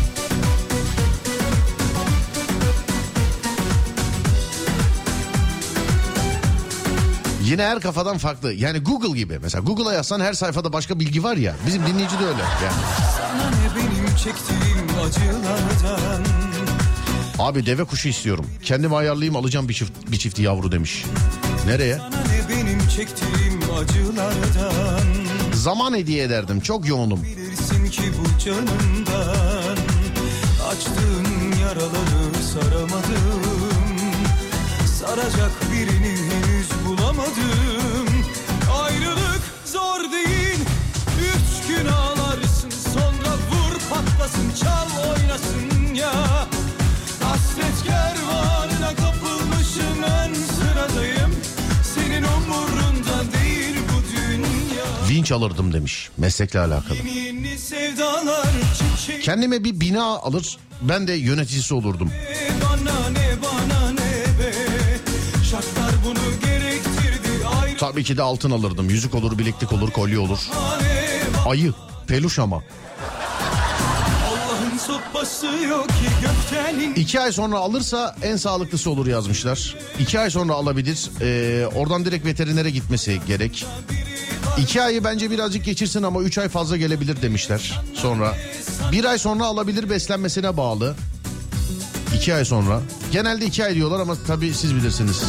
Yine her kafadan farklı. Yani Google gibi. Mesela Google'a yazsan her sayfada başka bilgi var ya. Bizim dinleyici de öyle. Yani. Sana ne benim çektiğim acılardan. Abi deve kuşu istiyorum. Kendimi ayarlayayım alacağım bir çift bir çifti yavru demiş. Nereye? Sana ne benim çektiğim acılardan. Zaman hediye ederdim. Çok yoğunum. Bilirsin ki bu canımdan. Açtığın yaraları saramadım. Saracak birini henüz bulamadım. Ayrılık zor değil. Üç gün ağlarsın sonra vur patlasın çal oynasın ya. Hasret kervanına kapılmışım en sıradayım. Senin umurunda değil bu dünya. Vinç alırdım demiş. Meslekle alakalı. Yeni yeni sevdalar çiçeği. Kendime bir bina alır ben de yöneticisi olurdum. Bana ne bana ne be. Şartlar bunu gerektirdi. Ayrı Tabii ki de altın alırdım. Yüzük olur, bileklik olur, kolye olur. Ayı, peluş ama. Allah'ın sopası yok ki gökten. İki ay sonra alırsa en sağlıklısı olur yazmışlar. İki ay sonra alabilir. Ee, oradan direkt veterinere gitmesi gerek. İki ayı bence birazcık geçirsin ama üç ay fazla gelebilir demişler. Sonra bir ay sonra alabilir, beslenmesine bağlı. İki ay sonra. Genelde iki ay diyorlar ama tabii siz bilirsiniz.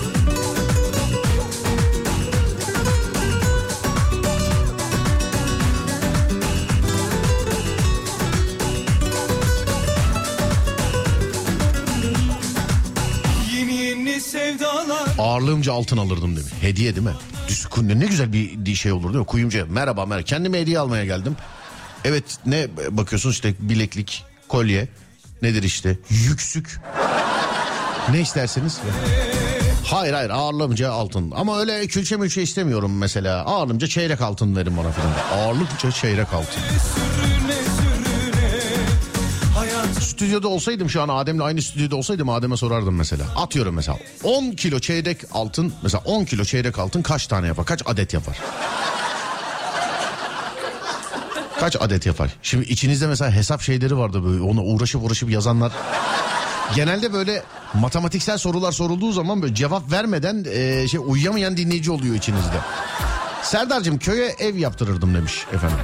Yeni yeni sevdalar. Ağırlığımca altın alırdım demiş. Hediye değil mi? Düz- Ne güzel bir şey olur değil mi? Kuyumcuya merhaba merhaba. Kendime hediye almaya geldim. Evet, ne bakıyorsun işte, bileklik, kolye, nedir işte, yüksük. Ne isterseniz. Hayır hayır, ağırlığımca altın. Ama öyle külçe mülçe istemiyorum mesela. Ağırlığımca çeyrek altın verin bana filan. Ağırlıkça çeyrek altın. Stüdyoda olsaydım şu an, Adem'le aynı stüdyoda olsaydım Adem'e sorardım mesela. Atıyorum mesela on kilo çeyrek altın, mesela on kilo çeyrek altın kaç tane yapar? Kaç adet yapar? Kaç adet yapar? Şimdi içinizde mesela hesap şeyleri vardı, böyle ona uğraşıp uğraşıp yazanlar. Genelde böyle matematiksel sorular sorulduğu zaman böyle cevap vermeden e, şey uyuyamayan dinleyici oluyor içinizde. Serdar'cığım köye ev yaptırırdım demiş efendim.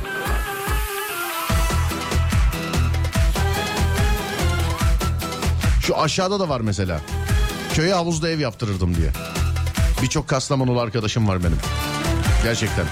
Şu aşağıda da var mesela. Köye havuzda ev yaptırırdım diye. Birçok Kastamonulu arkadaşım var benim. Gerçekten.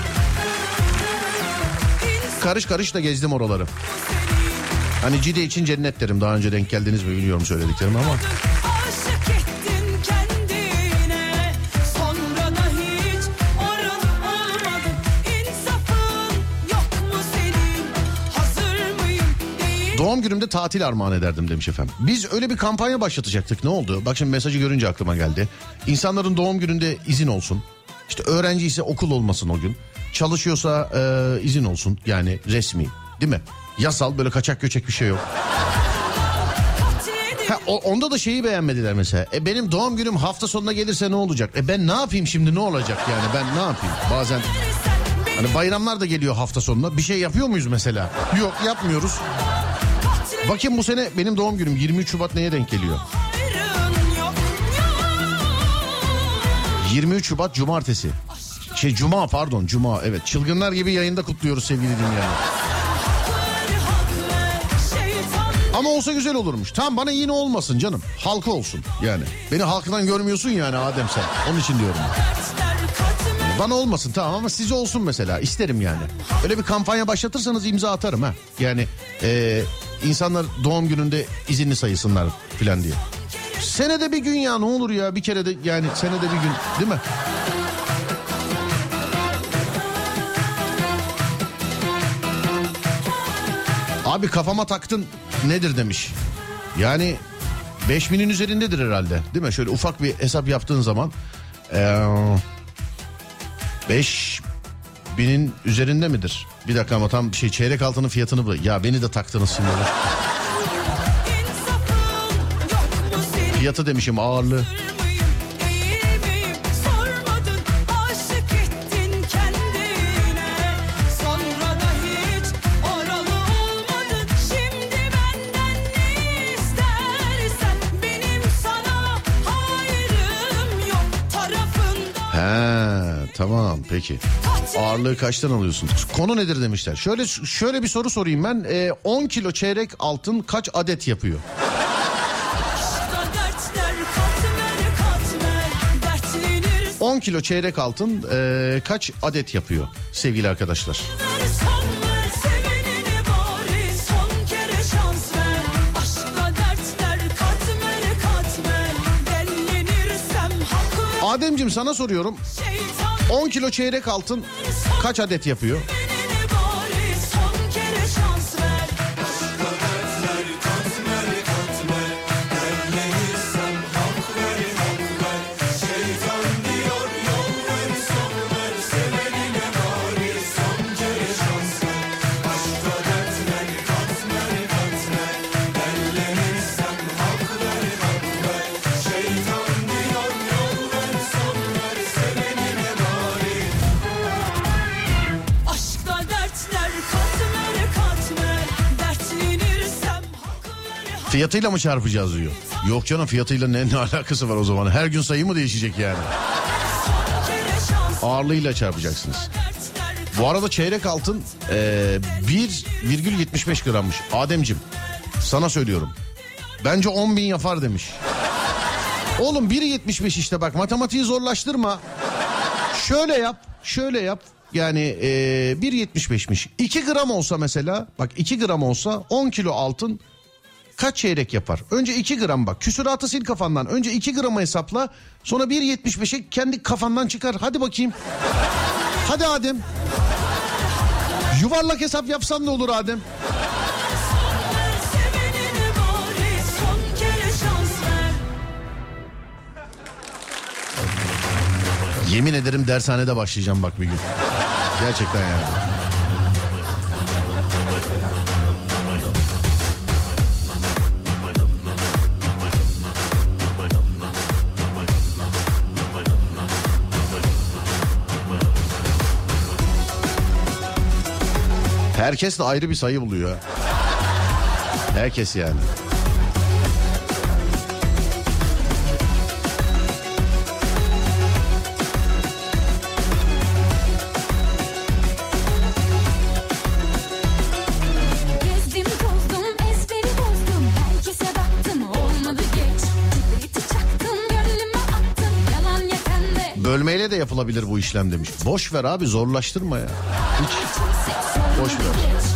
Karış karış da gezdim oraları. Hani Cide için cennet derim. Daha önce denk geldiniz mi bilmiyorum söylediklerimi ama. Aşık ettin kendine, sonra da hiç oralı olmadın. İnsafın yok mu senin? Hazır mıyım değil. Doğum günümde tatil armağan ederdim demiş efendim. Biz öyle bir kampanya başlatacaktık, ne oldu? Bak şimdi mesajı görünce aklıma geldi. İnsanların doğum gününde izin olsun. İşte öğrenci ise okul olmasın o gün. Çalışıyorsa e, izin olsun, yani resmi, değil mi? Yasal, böyle kaçak göçek bir şey yok. Ha, o, onda da şeyi beğenmediler mesela. E benim doğum günüm hafta sonuna gelirse ne olacak? E ben ne yapayım şimdi, ne olacak yani, ben ne yapayım? Bazen hani bayramlar da geliyor hafta sonuna, bir şey yapıyor muyuz mesela? Yok, yapmıyoruz. Bakın bu sene benim doğum günüm yirmi üç Şubat neye denk geliyor? yirmi üç Şubat Cumartesi. Şey Cuma pardon Cuma, evet. Çılgınlar gibi yayında kutluyoruz sevgili dinleyenler. Ama olsa güzel olurmuş. Tamam, bana yine olmasın canım. Halka olsun yani. Beni halktan görmüyorsun yani Adem sen. Onun için diyorum. Bana olmasın tamam ama size olsun mesela. İsterim yani. Öyle bir kampanya başlatırsanız imza atarım ha. Yani e, insanlar doğum gününde izinli sayısınlar filan diye. Senede bir gün ya, ne olur ya, bir kere de yani senede bir gün, değil mi? Abi kafama taktın nedir demiş. Yani beş binin üzerindedir herhalde, değil mi? Şöyle ufak bir hesap yaptığın zaman ee, beş binin üzerinde midir? Bir dakika ama tam bir şey, çeyrek altının fiyatını bırak. Ya beni de taktınız şimdi. Fiyatı demişim, ağırlığı. He tamam peki. Ağırlığı kaçtan alıyorsun? Konu nedir demişler. Şöyle şöyle bir soru sorayım ben. Ee, on kilo çeyrek altın kaç adet yapıyor? on kilo çeyrek altın e, kaç adet yapıyor sevgili arkadaşlar? Ademciğim sana soruyorum. on kilo çeyrek altın kaç adet yapıyor? Fiyatıyla mı çarpacağız diyor. Yok canım, fiyatıyla ne, ne alakası var o zaman? Her gün sayı mı değişecek yani? Ağırlığıyla çarpacaksınız. Bu arada çeyrek altın e, bir virgül yetmiş beş grammış. Ademcim sana söylüyorum. Bence on bin yapar demiş. Oğlum bir yetmiş beş işte, bak matematiği zorlaştırma. Şöyle yap, şöyle yap. Yani e, bir yetmiş beşmiş. iki gram olsa mesela, bak iki gram olsa on kilo altın kaç çeyrek yapar? Önce iki gram bak. Küsuratı sil kafandan. Önce iki gramı hesapla. Sonra bir yetmiş beşe kendi kafandan çıkar. Hadi bakayım. Hadi Adem. Yuvarlak hesap yapsan ne olur Adem? Yemin ederim dershanede başlayacağım bak bir gün. Gerçekten yani. Herkes de ayrı bir sayı buluyor. Herkes yani. Gezdim tozdum ezberi bozdum, herkese baktım olmadı geç. Kibriti çaktım gönlüme attım, yalan yeten de. Bölmeyle de yapılabilir bu işlem demiş. Boş ver abi, zorlaştırma ya. Hiç. Boş ver.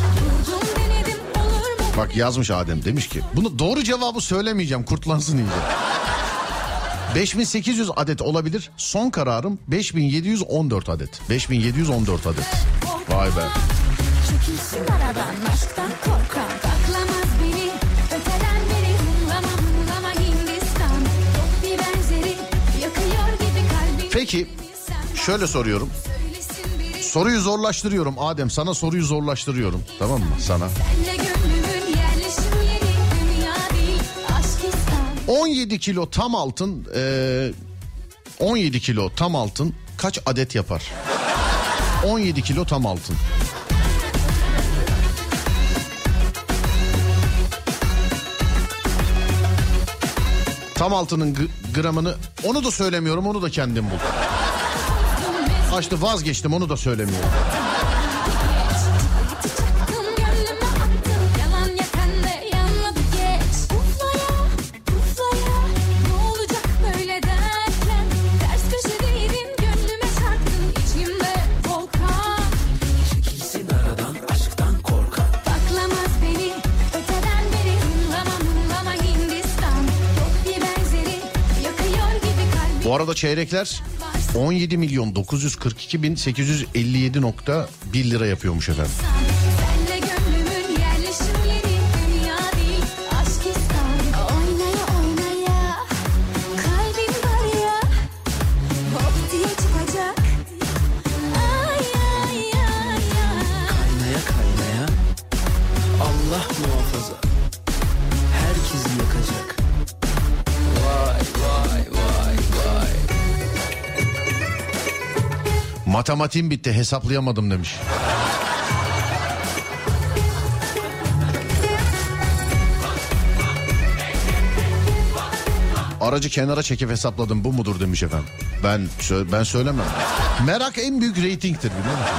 Bak yazmış Adem, demiş ki bunu doğru cevabı söylemeyeceğim, kurtlansın iyice. beş bin sekiz yüz adet olabilir. Son kararım beş bin yedi yüz on dört adet. beş bin yedi yüz on dört adet. Vay be. Çekilsin aradan, aşktan korkan, baklamaz beni. Öteden beri hımlama hımlama Hindistan. Yok bir benzeri, yakıyor gibi kalbim. Peki şöyle soruyorum. Soruyu zorlaştırıyorum Adem, sana soruyu zorlaştırıyorum. Tamam mı sana? on yedi kilo tam altın e, on yedi kilo tam altın kaç adet yapar? on yedi kilo tam altın. Tam altının g- gramını onu da söylemiyorum, onu da kendim bul. Açtı vazgeçtim, onu da söylemiyorum. Bu arada çeyrekler on yedi milyon dokuz yüz kırk iki bin sekiz yüz elli yedi nokta bir lira yapıyormuş efendim. Kaynaya kaynaya Allah muhafaza herkesi yakacak. Vay vay vay vay. Matematiğim bitti, hesaplayamadım demiş. Aracı kenara çekip hesapladım, bu mudur demiş efendim. Ben ben söylemem. Merak en büyük reytingtir, biliyor musun?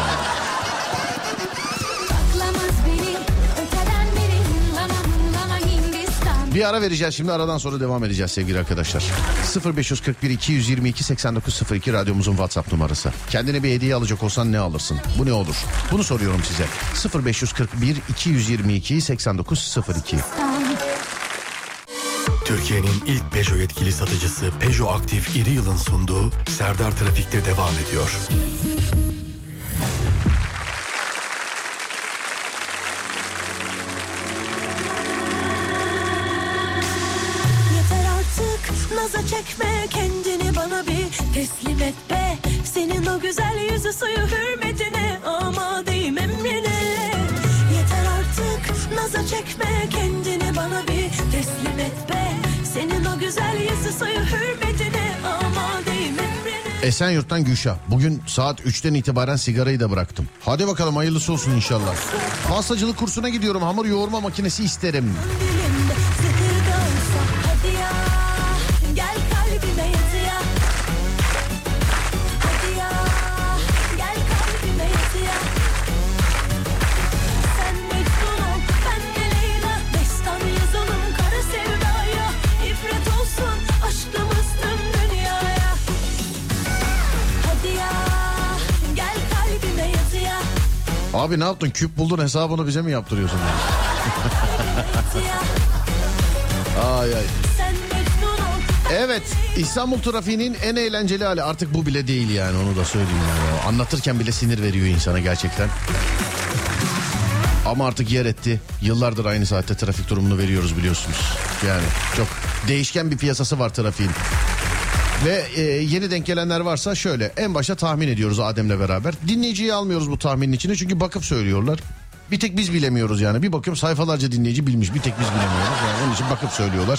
Bir ara vereceğiz şimdi, aradan sonra devam edeceğiz sevgili arkadaşlar. sıfır beş kırk bir iki yüz yirmi iki seksen dokuz sıfır iki radyomuzun WhatsApp numarası. Kendine bir hediye alacak olsan ne alırsın? Bu ne olur? Bunu soruyorum size. sıfır beş kırk bir iki yüz yirmi iki seksen dokuz sıfır iki. Türkiye'nin ilk Peugeot yetkili satıcısı Peugeot Aktif İri Yıl'ın sunduğu Serdar Trafik'te devam ediyor. Yeter artık naza çekme kendini, bana bir teslim et be. Senin o güzel yüzü suyu hürmetine amadeyim emrine. Yeter artık naza çekme kendini, bana bir teslim et be. Senin o güzel yüzü suyu hürmetine amadeyim emrine. Esenyurt'tan Gülşah. Bugün saat üçten itibaren sigarayı da bıraktım. Hadi bakalım, hayırlısı olsun inşallah. Pastacılık kursuna gidiyorum. Hamur yoğurma makinesi isterim. Dilimde zehir Abi ne yaptın? Küp buldun, hesabını bize mi yaptırıyorsun? Ay ay. Evet, İstanbul trafiğinin en eğlenceli hali artık bu bile değil yani, onu da söyleyeyim yani. Anlatırken bile sinir veriyor insana gerçekten. Ama artık yer etti. Yıllardır aynı saatte trafik durumunu veriyoruz biliyorsunuz. Yani çok değişken bir piyasası var trafiğin. Ve e, yeni denk gelenler varsa şöyle, en başta tahmin ediyoruz Adem'le beraber. Dinleyiciyi almıyoruz bu tahminin içine çünkü bakıp söylüyorlar. Bir tek biz bilemiyoruz yani. Bir bakıyorum sayfalarca dinleyici bilmiş, bir tek biz bilemiyoruz. Yani onun için bakıp söylüyorlar.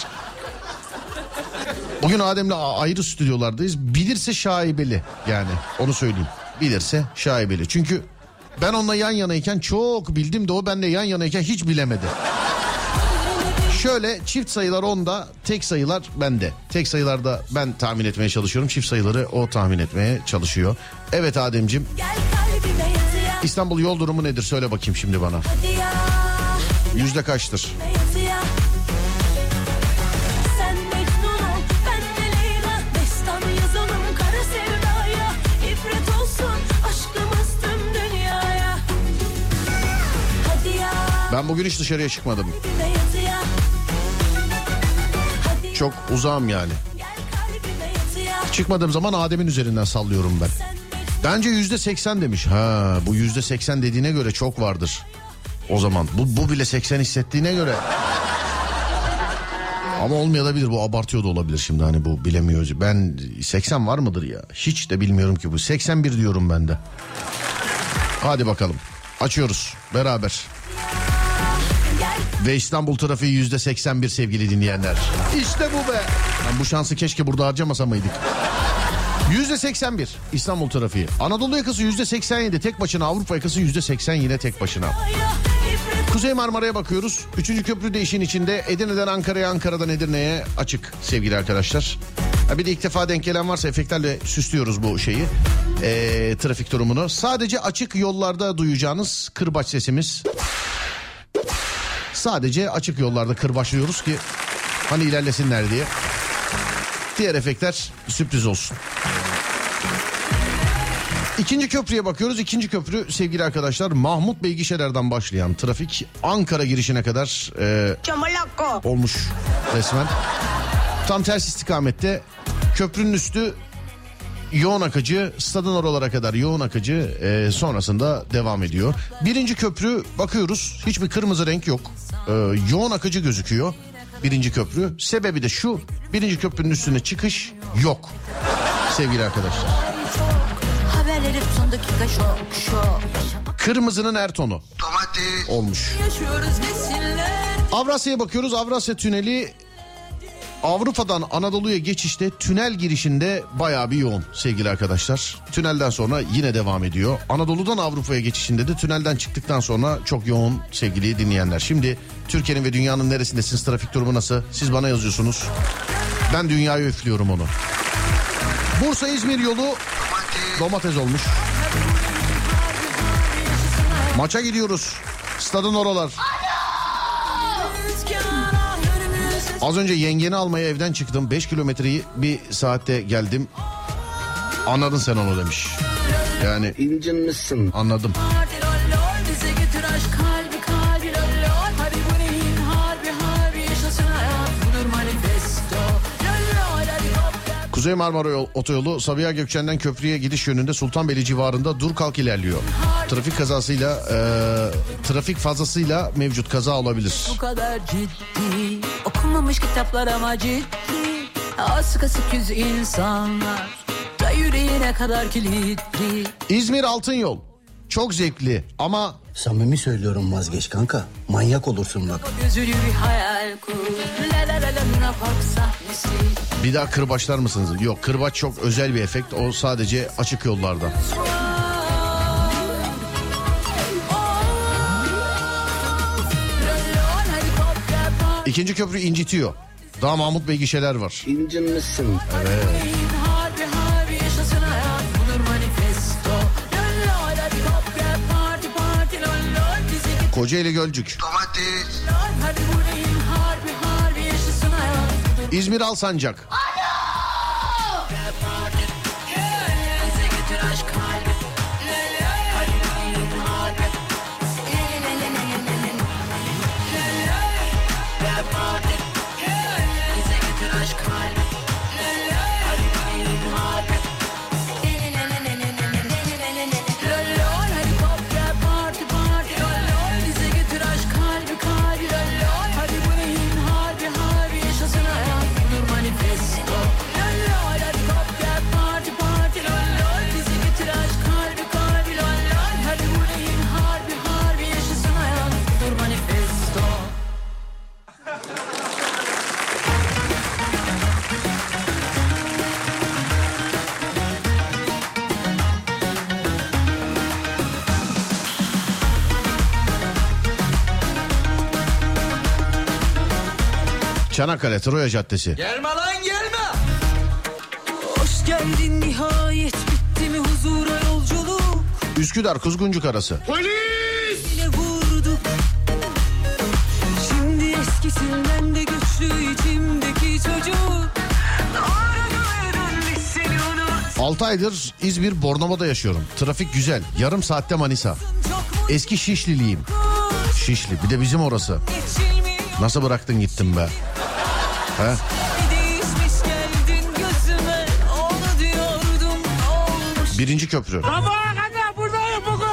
Bugün Adem'le ayrı stüdyolardayız. Bilirse şaibeli yani, onu söyleyeyim. Bilirse şaibeli. Çünkü ben onunla yan yanayken çok bildim de o benimle yan yanayken hiç bilemedi. Şöyle, çift sayılar onda, tek sayılar bende. Tek sayılarda ben tahmin etmeye çalışıyorum. Çift sayıları o tahmin etmeye çalışıyor. Evet Ademciğim. İstanbul yol durumu nedir? Söyle bakayım şimdi bana. Yüzde kaçtır? Ben bugün hiç dışarıya çıkmadım. Çok uzağım yani. Çıkmadığım zaman Adem'in üzerinden sallıyorum ben. Bence yüzde seksen demiş. Ha, bu yüzde seksen dediğine göre çok vardır. O zaman bu, bu bile seksen hissettiğine göre. Ama olmayabilir, bu abartıyor da olabilir şimdi, hani bu bilemiyoruz. Ben seksen var mıdır ya? Hiç de bilmiyorum ki bu. seksen bir diyorum ben de. Hadi bakalım. Açıyoruz beraber. Ve İstanbul trafiği yüzde seksen bir sevgili dinleyenler. İşte bu be. Ben bu şansı keşke burada harcamasa mıydık? yüzde seksen bir İstanbul trafiği. Anadolu yakası yüzde seksen yedi tek başına. Avrupa yakası yüzde seksen yine tek başına. Kuzey Marmara'ya bakıyoruz. Üçüncü köprü de işin içinde. Edirne'den Ankara'ya, Ankara'dan Edirne'ye açık sevgili arkadaşlar. Bir de ilk defa denk gelen varsa efektlerle süslüyoruz bu şeyi. Ee, trafik durumunu. Sadece açık yollarda duyacağınız kırbaç sesimiz. Sadece açık yollarda kırbaçlıyoruz ki hani ilerlesinler diye. Diğer efektler sürpriz olsun. İkinci köprüye bakıyoruz. İkinci köprü sevgili arkadaşlar, Mahmut Bey gişelerden başlayan trafik Ankara girişine kadar e, olmuş resmen. Tam ters istikamette, köprünün üstü yoğun akıcı, stadın oralara kadar yoğun akıcı, e, sonrasında devam ediyor. Birinci köprü bakıyoruz, hiçbir kırmızı renk yok. E, yoğun akıcı gözüküyor birinci köprü. Sebebi de şu, birinci köprünün üstüne çıkış yok sevgili arkadaşlar. Kırmızının her tonu olmuş. Avrasya'ya bakıyoruz. Avrasya Tüneli Avrupa'dan Anadolu'ya geçişte tünel girişinde bayağı bir yoğun sevgili arkadaşlar. Tünelden sonra yine devam ediyor. Anadolu'dan Avrupa'ya geçişinde de tünelden çıktıktan sonra çok yoğun sevgili dinleyenler. Şimdi Türkiye'nin ve dünyanın neresindesiniz? Trafik durumu nasıl? Siz bana yazıyorsunuz. Ben dünyayı öflüyorum onu. Bursa-İzmir yolu domates olmuş. Maça gidiyoruz. Stadın oralar. Az önce yengeni almaya evden çıktım. beş kilometreyi bir saatte geldim. Anladın sen onu demiş. Yani incinmişsin. Anladım. Kuzey Marmara Otoyolu Sabiha Gökçen'den köprüye gidiş yönünde Sultanbeyli civarında dur kalk ilerliyor. Trafik kazasıyla e, trafik fazlasıyla mevcut kaza olabilir. Bu kadar ciddi okunmamış kitaplar ama ciddi. Asık asık yüz insanlar da yüreğine kadar kilitli. İzmir Altınyol çok zevkli ama samimi söylüyorum, vazgeç kanka. Manyak olursun bak. Gözünü bir hayal kur. La la la la Luna Park sahnesi. Bir daha kırbaçlar mısınız? Yok, kırbaç çok özel bir efekt. O sadece açık yollarda. İkinci köprü incitiyor. Daha Mahmut Bey gişeler var. İncinmişsin. Evet. Kocaeli Gölcük. Domates. İzmir Alsancak. Çanakkale Troya Caddesi. Gelme lan gelme. Hoş geldin nihayet, bitti mi huzura yolculuk? Üsküdar Kuzguncuk arası. Polis! Yine vurduk. Şimdi eskisinden de güçlü içimdeki çocuk. Aradım biz seni unut. altı aydır İzmir Bornova'da yaşıyorum. Trafik güzel. Yarım saatte Manisa. Eski Şişliliyim. Şişli. Bir de bizim orası. Nasıl bıraktın gittin be? He? Değişmiş geldin gözüme, onu diyordum olmuş. Birinci köprü. Sabaha kadar buradayım bugün.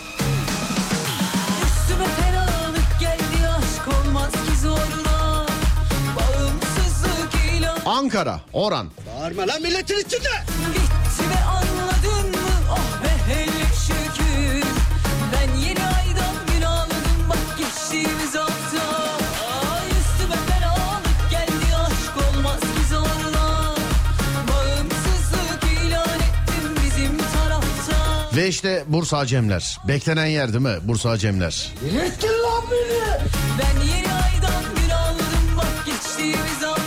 Üstüme fenalık geldi, aşk olmaz ki zorla. Bağımsızlık ilan Ankara Oran. Bağırma lan milletin içinde. bitti ve anladın mı? Oh be hele şükür. Ben yeni aydan gün aldım, bak geçtiğimiz hafta. Ay üstüme fenalık geldi, aşk olmaz ki zorla. Bağımsızlık ilan ettim bizim tarafta. Ve işte Bursa Acemler. Beklenen yer değil mi? Bursa Acemler. Yetkin lan beni. Ben yeni aydan gün aldım, bak geçtiğimiz hafta.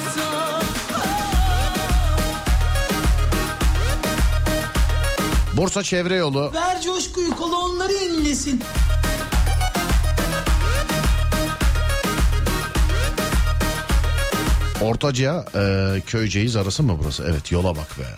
Bursa Çevre Yolu. Ver coşkuyu, kola onları yenilesin. Ortaca e, Köyceğiz arası mı burası? Evet, yola bak be.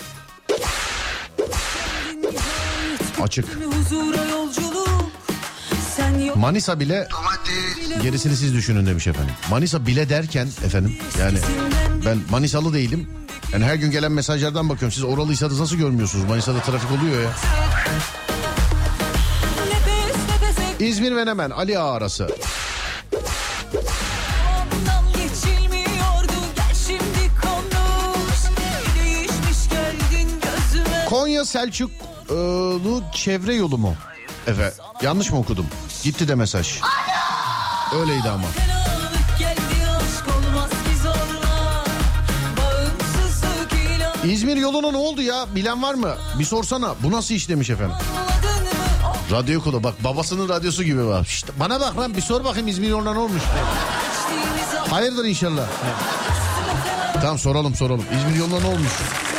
Açık. Huzura yolculuk. Sen yok. Manisa bile, gerisini siz düşünün demiş efendim. Manisa bile derken efendim, yani ben Manisalı değilim. Yani her gün gelen mesajlardan bakıyorum. Siz oralıysanız nasıl görmüyorsunuz? Manisa'da trafik oluyor ya. Nefes nefese İzmir Menemen Ali Ağa arası. ondan geçilmiyordu. Gel şimdi konuş. Değişmiş geldin gözüme. Konya Selçuklu Çevre Yolu mu? Evet, yanlış mı okudum? Gitti de mesaj. Öyleydi ama. Fenalık geldi, aşk olmaz ki zorla. Bağımsızlık ilan İzmir yoluna ne oldu ya? Bilen var mı? Bir sorsana. Bu nasıl iş demiş efendim. anladın mı? Oh, Radyo kulu bak, babasının radyosu gibi bak. Şişt, bana bak lan, bir sor bakayım İzmir yoluna ne olmuş? geçtiğimiz hafta. Hayırdır inşallah. Tamam, soralım soralım. İzmir yoluna ne olmuş?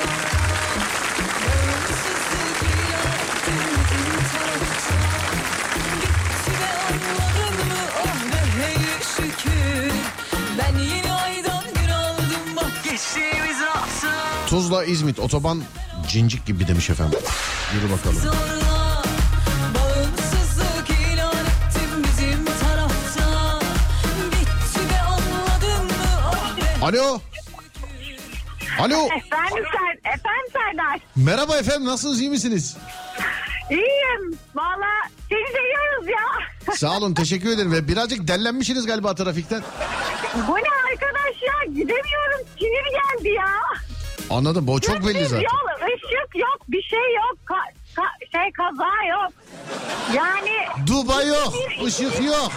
Ben yeni aydan gün aldım, bak geçtiğimiz hafta. Tuzla İzmit otoban cincik gibi demiş efendim. Yürü bakalım. Zorla bağımsızlık ilan ettim bizim tarafta. Bitti ve anladın mı? Oh be. Alo. Alo. Efendim, Ser Efendim Serdar. Merhaba efendim, nasılsınız, iyi misiniz? İyiyim. Valla seni seviyoruz ya. Sağ olun, teşekkür ederim. Ve birazcık dellenmişsiniz galiba trafikten. Bu ne arkadaş ya? Gidemiyorum. Sinir geldi ya. Anladım, bu çok belli Düz zaten. yol, ışık yok, bir şey yok. Ka- ka- şey kaza yok. Yani Dubai yok, ışık yok.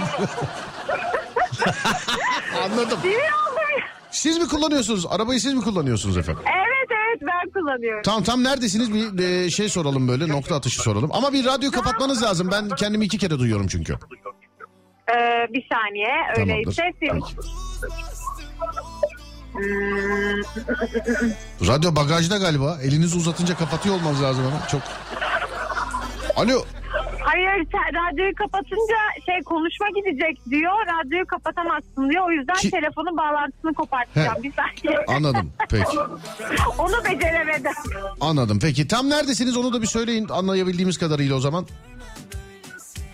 Anladım. sinir oldum. Siz mi kullanıyorsunuz? Arabayı siz mi kullanıyorsunuz efendim? Evet evet ben kullanıyorum. Tamam tam neredesiniz? Bir e, şey soralım böyle, nokta atışı soralım. Ama bir radyo kapatmanız lazım. Ben kendimi iki kere duyuyorum çünkü. Ee, bir saniye öyleyse. Tamamdır. Siz... Peki. Radyo bagajda galiba. Elinizi uzatınca kapatıyor olmanız lazım ama. Çok. Alo. Hayır, sen radyoyu kapatınca şey konuşma gidecek diyor. Radyoyu kapatamazsın diyor. O yüzden Ki... telefonun bağlantısını kopartacağım. He. Bir saniye. Anladım. Peki. Onu beceremedim. Anladım. Peki tam neredesiniz onu da bir söyleyin anlayabildiğimiz kadarıyla o zaman.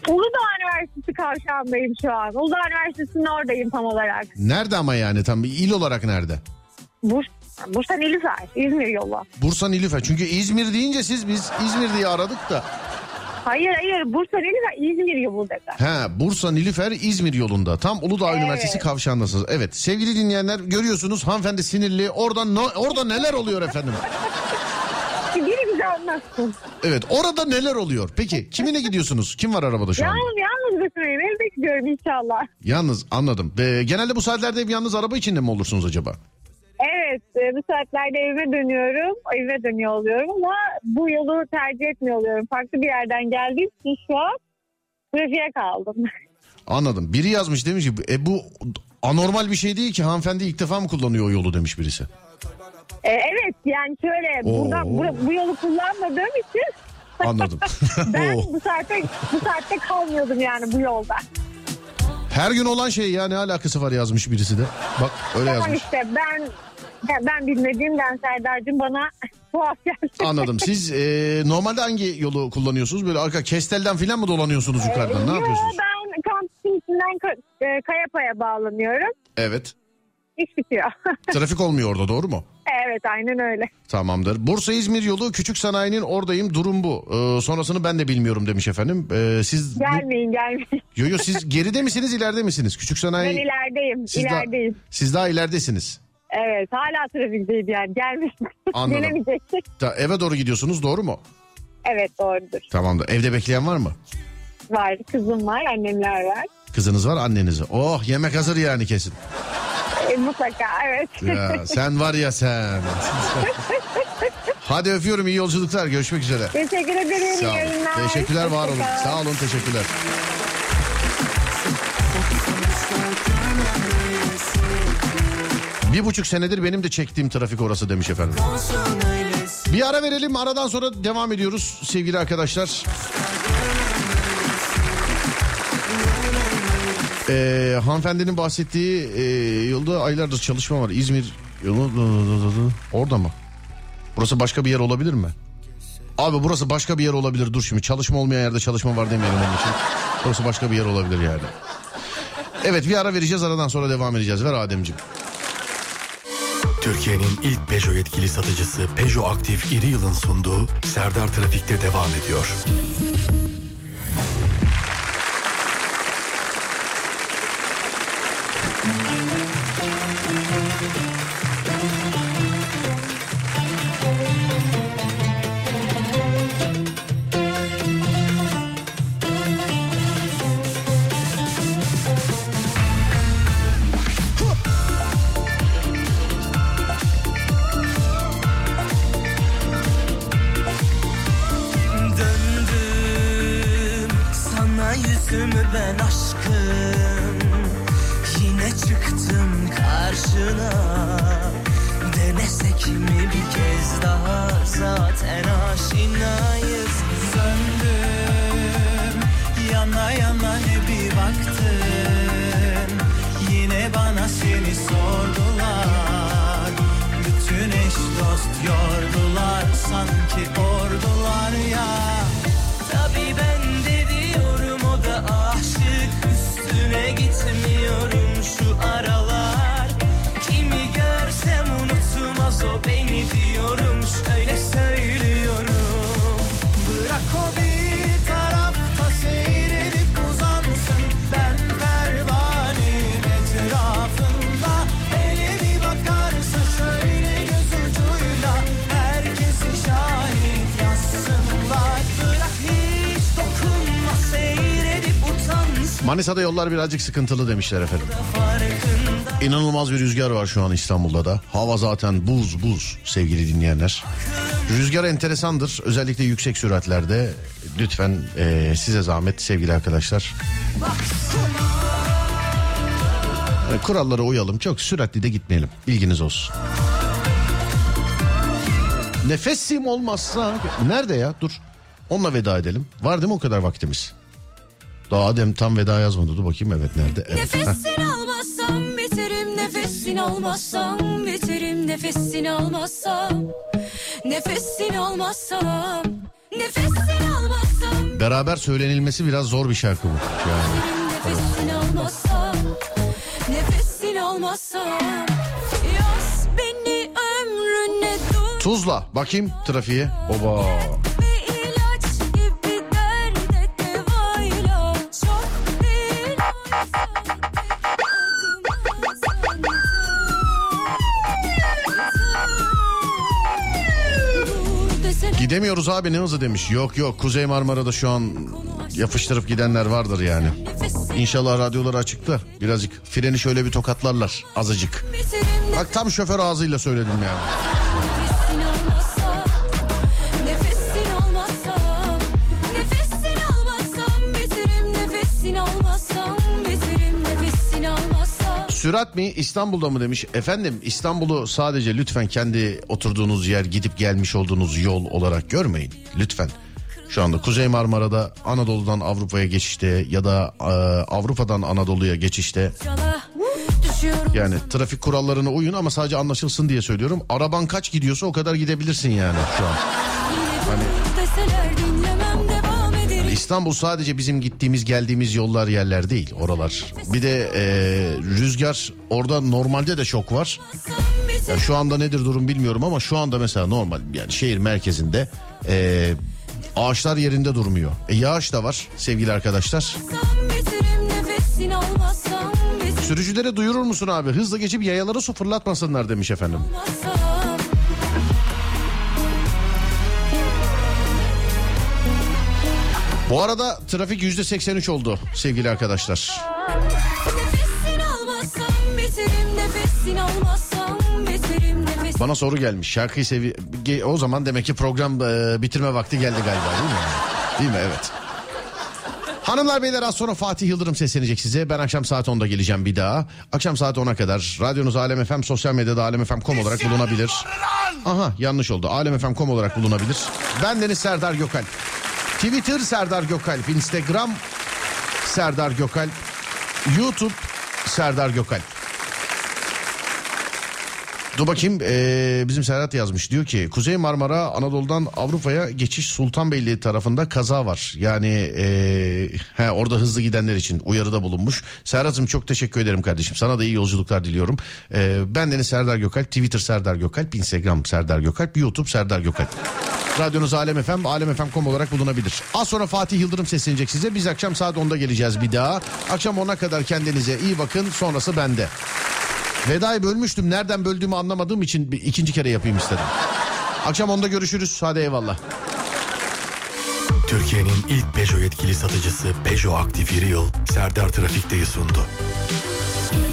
Uludağ Üniversitesi kavşağındayım şu an. Uludağ Üniversitesi'nin oradayım tam olarak. Nerede ama yani tam il olarak nerede? Burs, Bursa Nilüfer, İzmir yolu. Bursa Nilüfer. Çünkü İzmir deyince siz biz İzmir diye aradık da. Hayır hayır Bursa Nilüfer İzmir yolu dedi. He, Bursa Nilüfer İzmir yolunda. Tam Uludağ Evet. Üniversitesi kavşağındasınız. Evet sevgili dinleyenler görüyorsunuz hanımefendi sinirli. Orada no, orada neler oluyor efendim? Biri bize anlatsın. Evet orada neler oluyor? Peki kimine gidiyorsunuz? Kim var arabada şu anda? Yalnız yalnız götüreyim. Evde gidiyorum inşallah. Yalnız anladım. Ee, genelde bu saatlerde ev yalnız araba içinde mi olursunuz acaba? Evet e, bu saatlerde evime dönüyorum. Evime dönüyor oluyorum ama bu yolu tercih etmiyor oluyorum. Farklı bir yerden geldiğim için şu an trafiğe kaldım. Anladım. Biri yazmış demiş ki e, bu anormal bir şey değil ki hanımefendi ilk defa mı kullanıyor o yolu demiş birisi. E, evet yani şöyle Oo. buradan, bu, bu yolu kullanmadığım için Anladım. ben Oh. bu saatte bu saatte kalmıyordum yani bu yolda. Her gün olan şey ya ne alakası var yazmış birisi de. Bak öyle Tamam yazmış. işte ben ben, ben bilmediğimden Serdar'cığım bana tuhaf geldi. Anladım. Siz e, normalde hangi yolu kullanıyorsunuz? Böyle arka Kestel'den falan mı dolanıyorsunuz yukarıdan? Ee, Ne yo, yapıyorsunuz? ben kampüsün içinden Ka- e, Kayapa'ya bağlanıyorum. Evet. İş bitiyor. Trafik olmuyor orada doğru mu? Evet aynen öyle. Tamamdır. Bursa İzmir yolu küçük sanayinin oradayım durum bu. Ee, sonrasını ben de bilmiyorum demiş efendim. Ee, siz Gelmeyin gelmeyin. Yo yo siz geride misiniz ileride misiniz? Küçük sanayi. Ben ilerideyim. Siz daha- ilerideyim. Siz daha ileridesiniz. Evet hala trafikteyim yani gelmeyin. Anladım. Gelemeyecek. Ta, eve doğru gidiyorsunuz doğru mu? Evet doğrudur. Tamamdır. Evde bekleyen var mı? Var kızım var annemler var. Kızınız var anneniz var. Oh yemek hazır yani kesin. E, mutlaka evet. Ya sen var ya sen. Hadi öpüyorum iyi yolculuklar görüşmek üzere. Teşekkür ederim. Sağ olun. Yayınlar. Teşekkürler var olun. Hoşça kal. Sağ olun teşekkürler. Bir buçuk senedir benim de çektiğim trafik orası demiş efendim. Bir ara verelim aradan sonra devam ediyoruz sevgili arkadaşlar. Ee, hanımefendinin bahsettiği e, yolda aylardır çalışma var. İzmir yolu orada mı? Burası başka bir yer olabilir mi? Abi burası başka bir yer olabilir. Dur şimdi çalışma olmayan yerde çalışma var demeyelim onun için. Burası başka bir yer olabilir yani. Evet bir ara vereceğiz aradan sonra devam edeceğiz. Ver Ademciğim. Türkiye'nin ilk Peugeot yetkili satıcısı Peugeot Aktif İri Yıl'ın sunduğu Serdar Trafik'te devam ediyor. Döndüm sana yüzümü ben aşkım, yine çıktım karşına. Denesek mi bir kez daha, zaten aşinayız. Söndüm yana yana ne bir baktım, yine bana seni sordular. Bütün eş dost yordular, sanki ordular ya. Tabii ben de diyorum o da aşık, üstüne gitmiyorum şu aralar. Kimi görsem unutmaz o beni diyorum, şöyle söylüyorum. Bırak o bir tarafta seyredip uzansın, ben pervaneyim etrafında. Hele bir bakarsa şöyle göz ucuyla, herkesi şahit yazsınlar. Bırak hiç dokunma, seyredip utansın. Manisa'da yollar birazcık sıkıntılı demişler efendim. Farkında İnanılmaz bir rüzgar var şu an İstanbul'da da. Hava zaten buz buz sevgili dinleyenler. Rüzgar enteresandır. Özellikle yüksek süratlerde. Lütfen eee, size zahmet sevgili arkadaşlar. Yani kurallara uyalım. Çok süratli de gitmeyelim. Bilginiz olsun. Nefesim olmazsa... Nerede ya? Dur. Onunla veda edelim. Var değil mi o kadar vaktimiz? Daha Adem tam veda yazmadı. Dur bakayım evet nerede? Evet. Heh. Nefesini almazsam biterim, nefesini almazsam biterim, nefesini almazsam, nefesini almazsam, nefesini almazsam. beraber söylenilmesi biraz zor bir şarkı bu. Yani. Nefesin olmazsa, nefesin olmazsa, yaz beni ömrüne dur. Tuzla bakayım trafiğe. Oba. Ve ilaç gibi derde devayla, çok değil Gidemiyoruz abi ne hızı demiş. Yok yok Kuzey Marmara'da şu an yapıştırıp gidenler vardır yani. İnşallah radyoları açıkta. Birazcık freni şöyle bir tokatlarlar azıcık. Bak tam şoför ağzıyla söyledim yani. Nefesin olmazsa, nefesin olmazsa, nefesin olmazsam biterim, nefesin olmazsam biterim, nefesin olmazsa. Sürat mi İstanbul'da mı demiş. Efendim İstanbul'u sadece lütfen kendi oturduğunuz yer, gidip gelmiş olduğunuz yol olarak görmeyin. Lütfen. Şu anda Kuzey Marmara'da Anadolu'dan Avrupa'ya geçişte ya da e, Avrupa'dan Anadolu'ya geçişte. Yani trafik kurallarına uyun ama sadece anlaşılsın diye söylüyorum. Araban kaç gidiyorsa o kadar gidebilirsin yani şu an. Hani, hani İstanbul sadece bizim gittiğimiz geldiğimiz yollar yerler değil oralar. Bir de e, rüzgar orada normalde de çok var. Yani şu anda nedir durum bilmiyorum ama şu anda mesela normal yani şehir merkezinde e, ağaçlar yerinde durmuyor. E, yağış da var sevgili arkadaşlar. Sürücülere duyurur musun abi? Hızla geçip yayalara su fırlatmasınlar demiş efendim. Bu arada trafik yüzde seksen üç oldu sevgili arkadaşlar. Bana soru gelmiş. Şarkıyı sevi... O zaman demek ki program e, bitirme vakti geldi galiba değil mi? Değil mi? Evet. Hanımlar beyler az sonra Fatih Yıldırım seslenecek size. Ben akşam saat onda geleceğim bir daha. Akşam saat ona kadar radyonuz Alem F M, sosyal medyada alem f m nokta com olarak bulunabilir. Aha yanlış oldu. alem f m nokta com olarak bulunabilir. Ben Deniz Serdar Gökalp. Twitter Serdar Gökalp, Instagram Serdar Gökalp, YouTube Serdar Gökalp. Dur bakayım ee, bizim Serhat yazmış diyor ki Kuzey Marmara Anadolu'dan Avrupa'ya geçiş Sultanbeyli tarafında kaza var. Yani ee, he, orada hızlı gidenler için uyarıda bulunmuş. Serhat'cığım çok teşekkür ederim kardeşim, sana da iyi yolculuklar diliyorum. E, ben Deniz Serdar Gökalp, Twitter Serdar Gökalp, Instagram Serdar Gökalp, YouTube Serdar Gökalp. Radyonuz Alem F M, alem f m nokta com olarak bulunabilir. Az sonra Fatih Yıldırım seslenecek size. Biz akşam saat onda geleceğiz bir daha. Akşam ona kadar kendinize iyi bakın, sonrası bende. Veda'yı bölmüştüm. Nereden böldüğümü anlamadığım için bir ikinci kere yapayım istedim. Akşam onda görüşürüz. Hadi eyvallah. Türkiye'nin ilk Peugeot yetkili satıcısı Peugeot Aktif İri Yıl Serdar Trafik'teyi sundu.